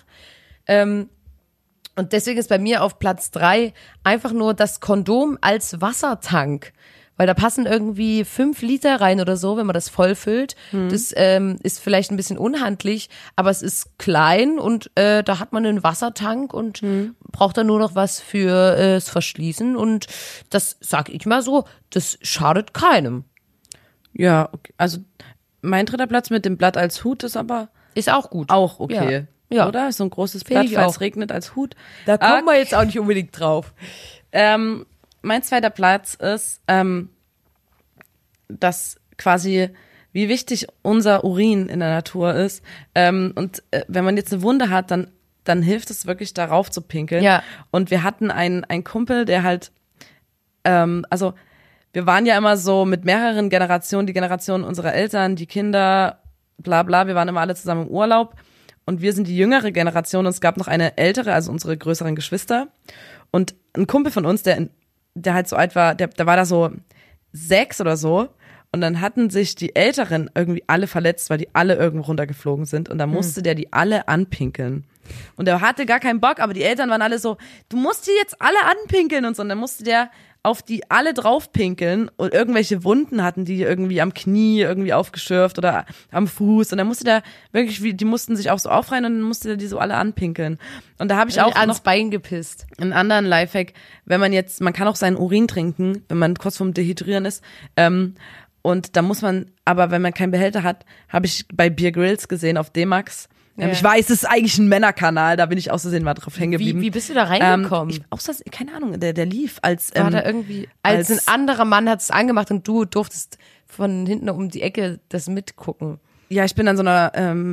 Und deswegen ist bei mir auf Platz 3 einfach nur das Kondom als Wassertank. Weil da passen irgendwie 5 Liter rein oder so, wenn man das voll füllt. Das ist vielleicht ein bisschen unhandlich, aber es ist klein und da hat man einen Wassertank und braucht dann nur noch was für das Verschließen. Und das, sag ich mal so, das schadet keinem. Ja, okay. Also mein 3. Platz mit dem Blatt als Hut ist aber Ist auch gut. auch okay. Ja. Oder? So ein großes Finde Blatt, ich falls es auch. regnet, als Hut. Da kommen wir jetzt auch nicht unbedingt drauf. Mein 2. Platz ist, dass quasi, wie wichtig unser Urin in der Natur ist. Wenn man jetzt eine Wunde hat, dann hilft es wirklich, darauf zu pinkeln. Ja. Und wir hatten einen Kumpel, der halt, also wir waren ja immer so mit mehreren Generationen, die Generation unserer Eltern, die Kinder, bla bla, wir waren immer alle zusammen im Urlaub. Und wir sind die jüngere Generation und es gab noch eine ältere, also unsere größeren Geschwister. Und ein Kumpel von uns, der halt so alt war, der war da so 6 oder so. Und dann hatten sich die Älteren irgendwie alle verletzt, weil die alle irgendwo runtergeflogen sind. Und da musste der die alle anpinkeln. Und er hatte gar keinen Bock, aber die Eltern waren alle so, du musst die jetzt alle anpinkeln und so. Und dann musste der auf die alle draufpinkeln und irgendwelche Wunden hatten die irgendwie am Knie irgendwie aufgeschürft oder am Fuß. Und dann musste der wirklich, die mussten sich auch so aufreihen und dann musste der die so alle anpinkeln. Und da habe ich auch ans noch Bein gepisst. einen anderen Lifehack, man kann auch seinen Urin trinken, wenn man kurz vorm Dehydrieren ist. Und da muss man, aber wenn man keinen Behälter hat, habe ich bei Beer Grylls gesehen auf D-Max. Ja. Ich weiß, es ist eigentlich ein Männerkanal, da bin ich aus Versehen mal drauf hängen geblieben. Wie bist du da reingekommen? Keine Ahnung, der lief als War da irgendwie, als ein anderer Mann hat es angemacht und du durftest von hinten um die Ecke das mitgucken. ja, ich bin an so einer,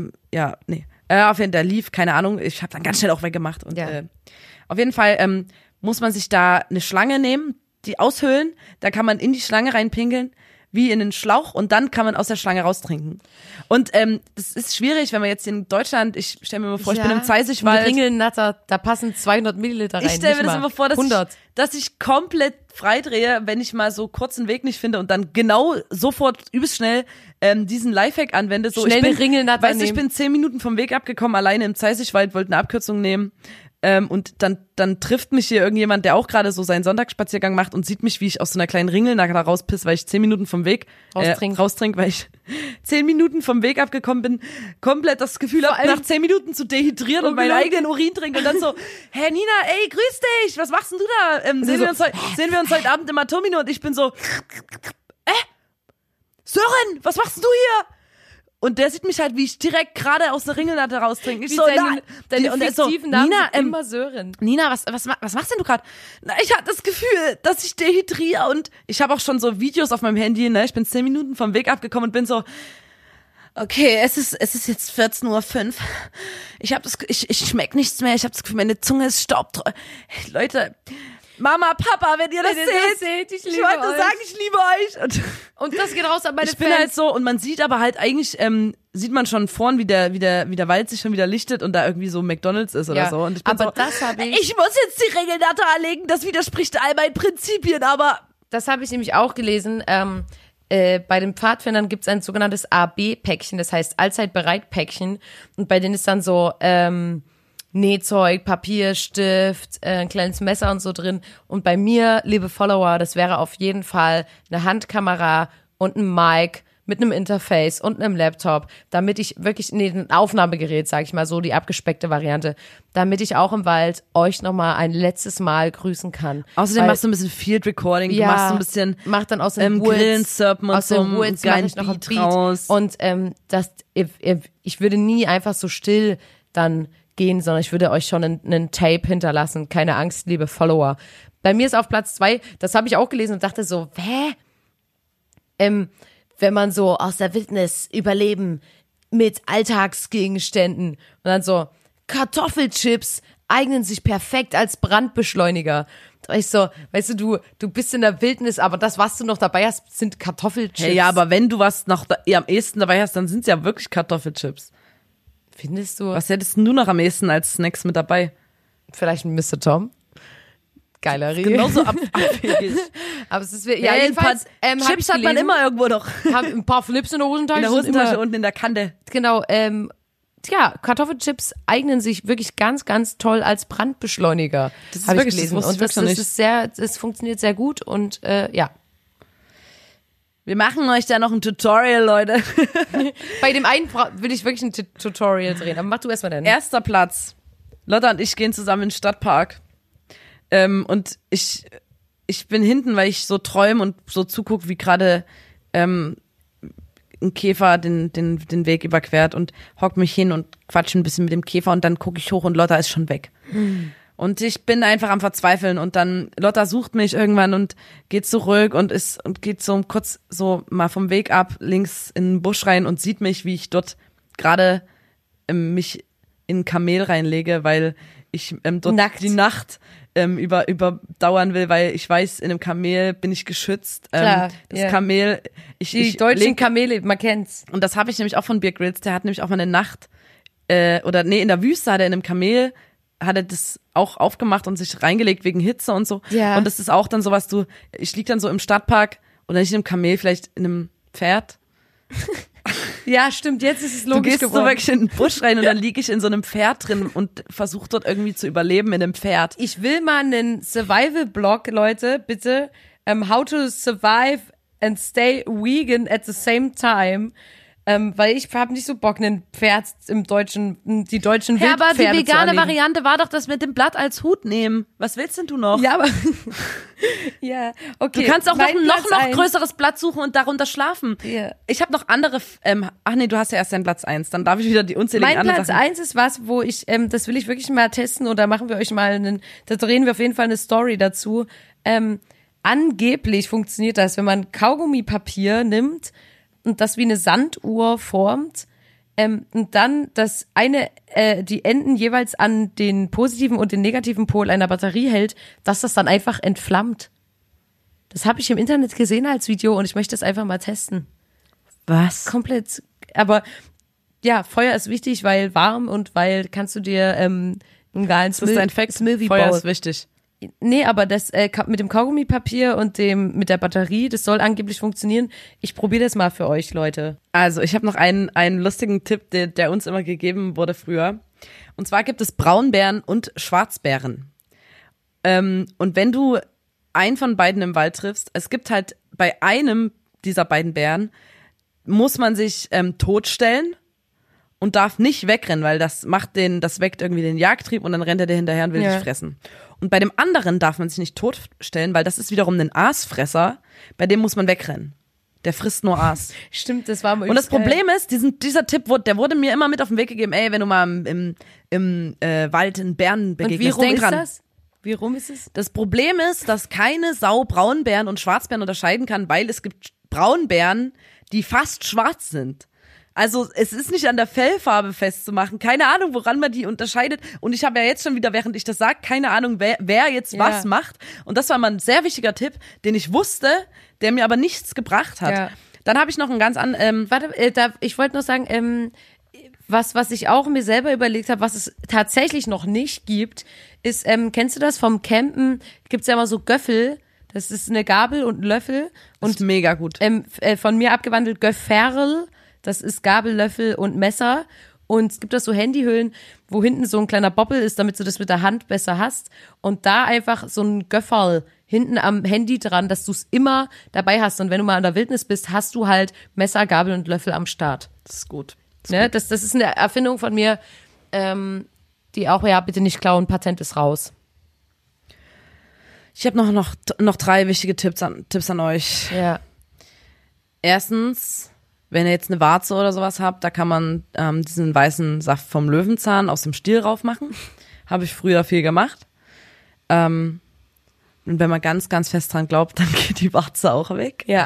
auf jeden Fall, der lief, keine Ahnung, ich habe dann ganz schnell auch weggemacht. Und Ja. Auf jeden Fall muss man sich da eine Schlange nehmen, die aushöhlen, da kann man in die Schlange reinpinkeln, wie in den Schlauch und dann kann man aus der Schlange raustrinken. Und das ist schwierig, wenn man jetzt in Deutschland, ich stelle mir mal vor, ich bin im Zeisigwald. Ringelnatter, da passen 200 Milliliter rein. Ich stelle mir das immer vor, 100. dass ich komplett freidrehe, wenn ich mal so kurzen Weg nicht finde und dann genau sofort übelst schnell diesen Lifehack anwende. So, Schnell ich bin, eine Ringelnatter weißt du, ich nehmen. bin 10 Minuten vom Weg abgekommen, alleine im Zeisigwald, wollte eine Abkürzung nehmen. Und dann trifft mich hier irgendjemand, der auch gerade so seinen Sonntagsspaziergang macht und sieht mich, wie ich aus so einer kleinen Ringelnatter rauspiss, weil ich 10 Minuten vom Weg raustrink, weil ich 10 Minuten vom Weg abgekommen bin, komplett das Gefühl habe, nach 10 Minuten zu dehydrieren und meinen eigenen Urin trinken und dann so, hey Nina, ey, grüß dich, was machst denn du da? Sehen wir uns heute Abend im Atomino und ich bin so, Sören, was machst denn du hier? Und der sieht mich halt, wie ich direkt gerade aus der Ringelnatter raustrinke. Ich Wie so, deine und er so, fiktiven Namen Nina, sind immer Sören. Nina, was machst denn du gerade? Ich hatte das Gefühl, dass ich dehydriere und ich habe auch schon so Videos auf meinem Handy, ne? Ich bin 10 Minuten vom Weg abgekommen und bin so, okay, es ist jetzt 14:05 Uhr. Ich schmeck nichts mehr. Ich habe das Gefühl, meine Zunge ist staubtreu. Hey, Leute, Mama, Papa, wenn ihr das seht, ich ich wollte sagen, ich liebe euch. Und das geht raus an meine Ich bin Fans. halt so, und man sieht aber halt eigentlich, sieht man schon vorn, wie der Wald sich schon wieder lichtet und da irgendwie so McDonald's ist oder Ja, so. Und ich bin aber so, das habe ich. ich muss jetzt die Ringelnatter erlegen, das widerspricht all meinen Prinzipien, aber Das habe ich nämlich auch gelesen. Bei den Pfadfindern gibt es ein sogenanntes AB-Päckchen, das heißt Allzeit-bereit-Päckchen. Und bei denen ist dann so Nähzeug, Papier, Stift, ein kleines Messer und so drin. Und bei mir, liebe Follower, das wäre auf jeden Fall eine Handkamera und ein Mic mit einem Interface und einem Laptop, damit ich wirklich, ein Aufnahmegerät, sag ich mal so, die abgespeckte Variante, damit ich auch im Wald euch nochmal ein letztes Mal grüßen kann. Außerdem machst du ein bisschen Field Recording, du machst so ein bisschen mach dann aus den Woods, Grillen, Surfen und aus so den Woods einen mach ich noch ein Beat raus. Und ich würde nie einfach so still dann gehen, sondern ich würde euch schon einen Tape hinterlassen. Keine Angst, liebe Follower. Bei mir ist auf Platz 2, das habe ich auch gelesen und dachte so, wenn man so aus der Wildnis überleben mit Alltagsgegenständen und dann so Kartoffelchips eignen sich perfekt als Brandbeschleuniger. Da war ich so, weißt du bist in der Wildnis, aber das, was du noch dabei hast, sind Kartoffelchips. Hey, ja, aber wenn du was noch am ehesten dabei hast, dann sind es ja wirklich Kartoffelchips. Findest du? Was hättest du noch am ehesten als Snacks mit dabei? Vielleicht ein Mr. Tom? Geiler Riegel. Genauso abwegig. Aber es ist, ja, jedenfalls, Chips hat man immer irgendwo noch. Haben ein paar Flips in der Hosentasche. In der Hosentasche unten in der Kante. Genau, Kartoffelchips eignen sich wirklich ganz, ganz toll als Brandbeschleuniger. Das ist hab wirklich, ich gelesen. das Und das ist das funktioniert sehr gut und ja. Wir machen euch da noch ein Tutorial, Leute. Bei dem einen will ich wirklich ein Tutorial drehen, aber mach du erstmal deinen. Erster Platz. Lotta und ich gehen zusammen in den Stadtpark. Und ich bin hinten, weil ich so träume und so zugucke, wie gerade ein Käfer den Weg überquert und hock mich hin und quatsche ein bisschen mit dem Käfer und dann gucke ich hoch und Lotta ist schon weg. Und ich bin einfach am Verzweifeln und dann Lotta sucht mich irgendwann und geht zurück und geht so kurz so mal vom Weg ab links in den Busch rein und sieht mich, wie ich dort gerade mich in ein Kamel reinlege, weil ich dort die Nacht überdauern will, weil ich weiß, in einem Kamel bin ich geschützt. Klar, das Kamel, die deutschen Kamele, man kennt's. Und das habe ich nämlich auch von Bear Grylls, der hat nämlich auch mal eine Nacht, in der Wüste hat er in einem Kamel, hat er das auch aufgemacht und sich reingelegt wegen Hitze und so. Ja. Und das ist auch dann sowas, ich lieg dann so im Stadtpark oder nicht in einem Kamel, vielleicht in einem Pferd. Ja, stimmt, jetzt ist es logisch Du gehst geworden. so wirklich in den Busch rein und dann liege ich in so einem Pferd drin und versuche dort irgendwie zu überleben in einem Pferd. Ich will mal einen Survival-Blog, Leute, bitte. How to survive and stay vegan at the same time. Weil ich habe nicht so Bock, ein Pferd die deutschen Wildpferde Ja, aber die zu vegane erleben. Variante war doch das mit dem Blatt als Hut nehmen. Was willst denn du noch? Ja, aber ja, okay. Du kannst auch noch Mein ein Platz noch eins. größeres Blatt suchen und darunter schlafen. Ja. Ich habe noch andere, du hast ja erst deinen Platz 1, dann darf ich wieder die unzähligen Mein anderen Platz Sachen. 1 ist was, wo ich, das will ich wirklich mal testen oder machen wir euch mal da drehen wir auf jeden Fall eine Story dazu. Angeblich funktioniert das, wenn man Kaugummipapier nimmt und das wie eine Sanduhr formt, und dann die Enden jeweils an den positiven und den negativen Pol einer Batterie hält, dass das dann einfach entflammt. Das habe ich im Internet gesehen als Video und ich möchte das einfach mal testen. Was? Komplett, aber ja, Feuer ist wichtig, weil warm und weil kannst du dir einen geilen Das ist ein Fact. Smoothie Feuer Bowl. ist wichtig. Nee, aber das mit dem Kaugummipapier und mit der Batterie, das soll angeblich funktionieren. Ich probiere das mal für euch, Leute. Also, ich habe noch einen lustigen Tipp, der uns immer gegeben wurde früher. Und zwar gibt es Braunbären und Schwarzbären. Und wenn du einen von beiden im Wald triffst, es gibt halt bei einem dieser beiden Bären, muss man sich totstellen und darf nicht wegrennen, weil das weckt irgendwie den Jagdtrieb und dann rennt er dir hinterher und will dich fressen. Und bei dem anderen darf man sich nicht totstellen, weil das ist wiederum ein Aasfresser, bei dem muss man wegrennen. Der frisst nur Aas. Stimmt, das war mal Und das Problem ist, dieser Tipp wurde mir immer mit auf den Weg gegeben, wenn du mal im Wald einen Bären begegnest, Und wie rum denk ist dran. das? Wie rum ist es? Das Problem ist, dass keine Sau Braunbären und Schwarzbären unterscheiden kann, weil es gibt Braunbären, die fast schwarz sind. Also es ist nicht an der Fellfarbe festzumachen. Keine Ahnung, woran man die unterscheidet. Und ich habe ja jetzt schon wieder, während ich das sage, keine Ahnung, wer jetzt was macht. Und das war mal ein sehr wichtiger Tipp, den ich wusste, der mir aber nichts gebracht hat. Ja. Dann habe ich noch einen ganz anderen... Ich wollte noch sagen, was ich auch mir selber überlegt habe, was es tatsächlich noch nicht gibt, ist, kennst du das vom Campen? Gibt's ja immer so Göffel. Das ist eine Gabel und ein Löffel. Und ist mega gut. Von mir abgewandelt Göfferl. Das ist Gabel, Löffel und Messer. Und es gibt auch so Handyhüllen, wo hinten so ein kleiner Boppel ist, damit du das mit der Hand besser hast. Und da einfach so ein Göfferl hinten am Handy dran, dass du es immer dabei hast. Und wenn du mal in der Wildnis bist, hast du halt Messer, Gabel und Löffel am Start. Das ist gut. Ne? Das ist eine Erfindung von mir, die auch, ja, bitte nicht klauen, Patent ist raus. Ich habe noch 3 wichtige Tipps an euch. Ja. Erstens, wenn ihr jetzt eine Warze oder sowas habt, da kann man diesen weißen Saft vom Löwenzahn aus dem Stiel raufmachen. Habe ich früher viel gemacht. Und wenn man ganz, ganz fest dran glaubt, dann geht die Warze auch weg. Ja.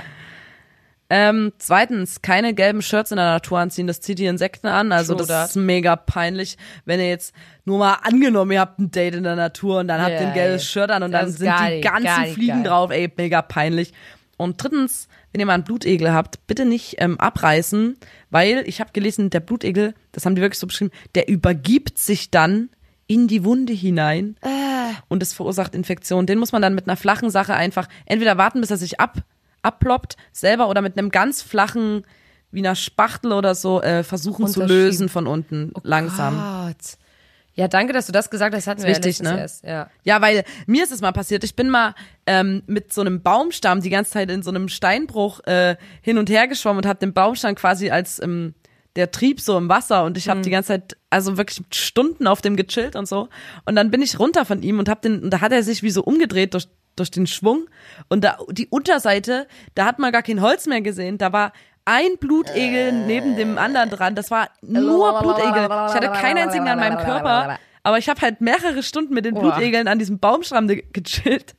Zweitens, keine gelben Shirts in der Natur anziehen, das zieht die Insekten an, also das ist mega peinlich, wenn ihr jetzt nur mal angenommen, ihr habt ein Date in der Natur und dann habt ihr ein gelbes Shirt an und dann sind die ganzen Fliegen drauf, ey, mega peinlich. Und drittens, wenn ihr mal einen Blutegel habt, bitte nicht abreißen, weil ich habe gelesen, der Blutegel, das haben die wirklich so beschrieben, der übergibt sich dann in die Wunde hinein und es verursacht Infektionen. Den muss man dann mit einer flachen Sache einfach entweder warten, bis er sich abploppt selber oder mit einem ganz flachen, wie einer Spachtel oder so, versuchen zu lösen von unten langsam. Gott. Ja, danke, dass du das gesagt hast. Hatten wir wichtig, ja ne? erst. Ja. Ja, weil mir ist es mal passiert. Ich bin mal mit so einem Baumstamm die ganze Zeit in so einem Steinbruch hin und her geschwommen und habe den Baumstamm quasi als der trieb so im Wasser und ich habe die ganze Zeit, also wirklich Stunden auf dem gechillt und so. Und dann bin ich runter von ihm und da hat er sich wie so umgedreht durch den Schwung und da die Unterseite, da hat man gar kein Holz mehr gesehen, da war ein Blutegel neben dem anderen dran, das war nur Blutegel. Ich hatte keinen einzigen an meinem Körper, aber ich habe halt mehrere Stunden mit den Blutegeln an diesem Baumstamm gechillt.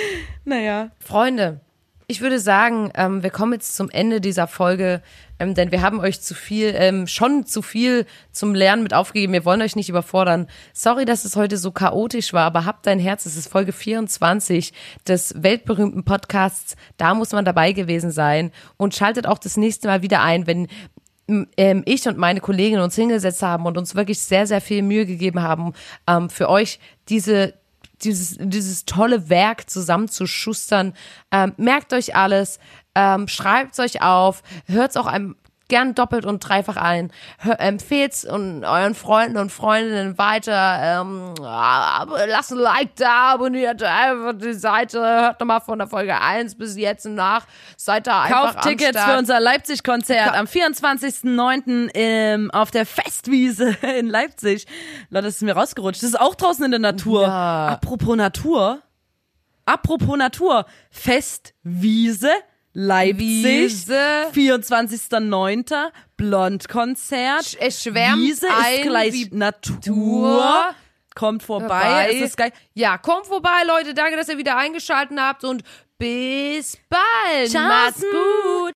Naja. Freunde, ich würde sagen, wir kommen jetzt zum Ende dieser Folge, denn wir haben euch schon zu viel zum Lernen mit aufgegeben. Wir wollen euch nicht überfordern. Sorry, dass es heute so chaotisch war, aber habt dein Herz. Es ist Folge 24 des weltberühmten Podcasts. Da muss man dabei gewesen sein und schaltet auch das nächste Mal wieder ein, wenn ich und meine Kolleginnen uns hingesetzt haben und uns wirklich sehr, sehr viel Mühe gegeben haben, für euch dieses tolle Werk zusammenzuschustern. Merkt euch alles, schreibt es euch auf, hört es auch einem gern doppelt und dreifach ein, empfehlt es euren Freunden und Freundinnen weiter, lasst ein Like da, abonniert einfach die Seite, hört nochmal von der Folge 1 bis jetzt nach, seid da einfach Kauft Tickets für unser Leipzig-Konzert am 24.09. Auf der Festwiese in Leipzig. Leute, das ist mir rausgerutscht. Das ist auch draußen in der Natur. Ja. Apropos Natur, Festwiese, Leipzig, 24.09. Blondkonzert. Es schwärmt Wiese ein ist gleich wie Natur. Kommt vorbei. Es ist geil. Ja, kommt vorbei, Leute. Danke, dass ihr wieder eingeschaltet habt und bis bald. Ciao. Macht's gut.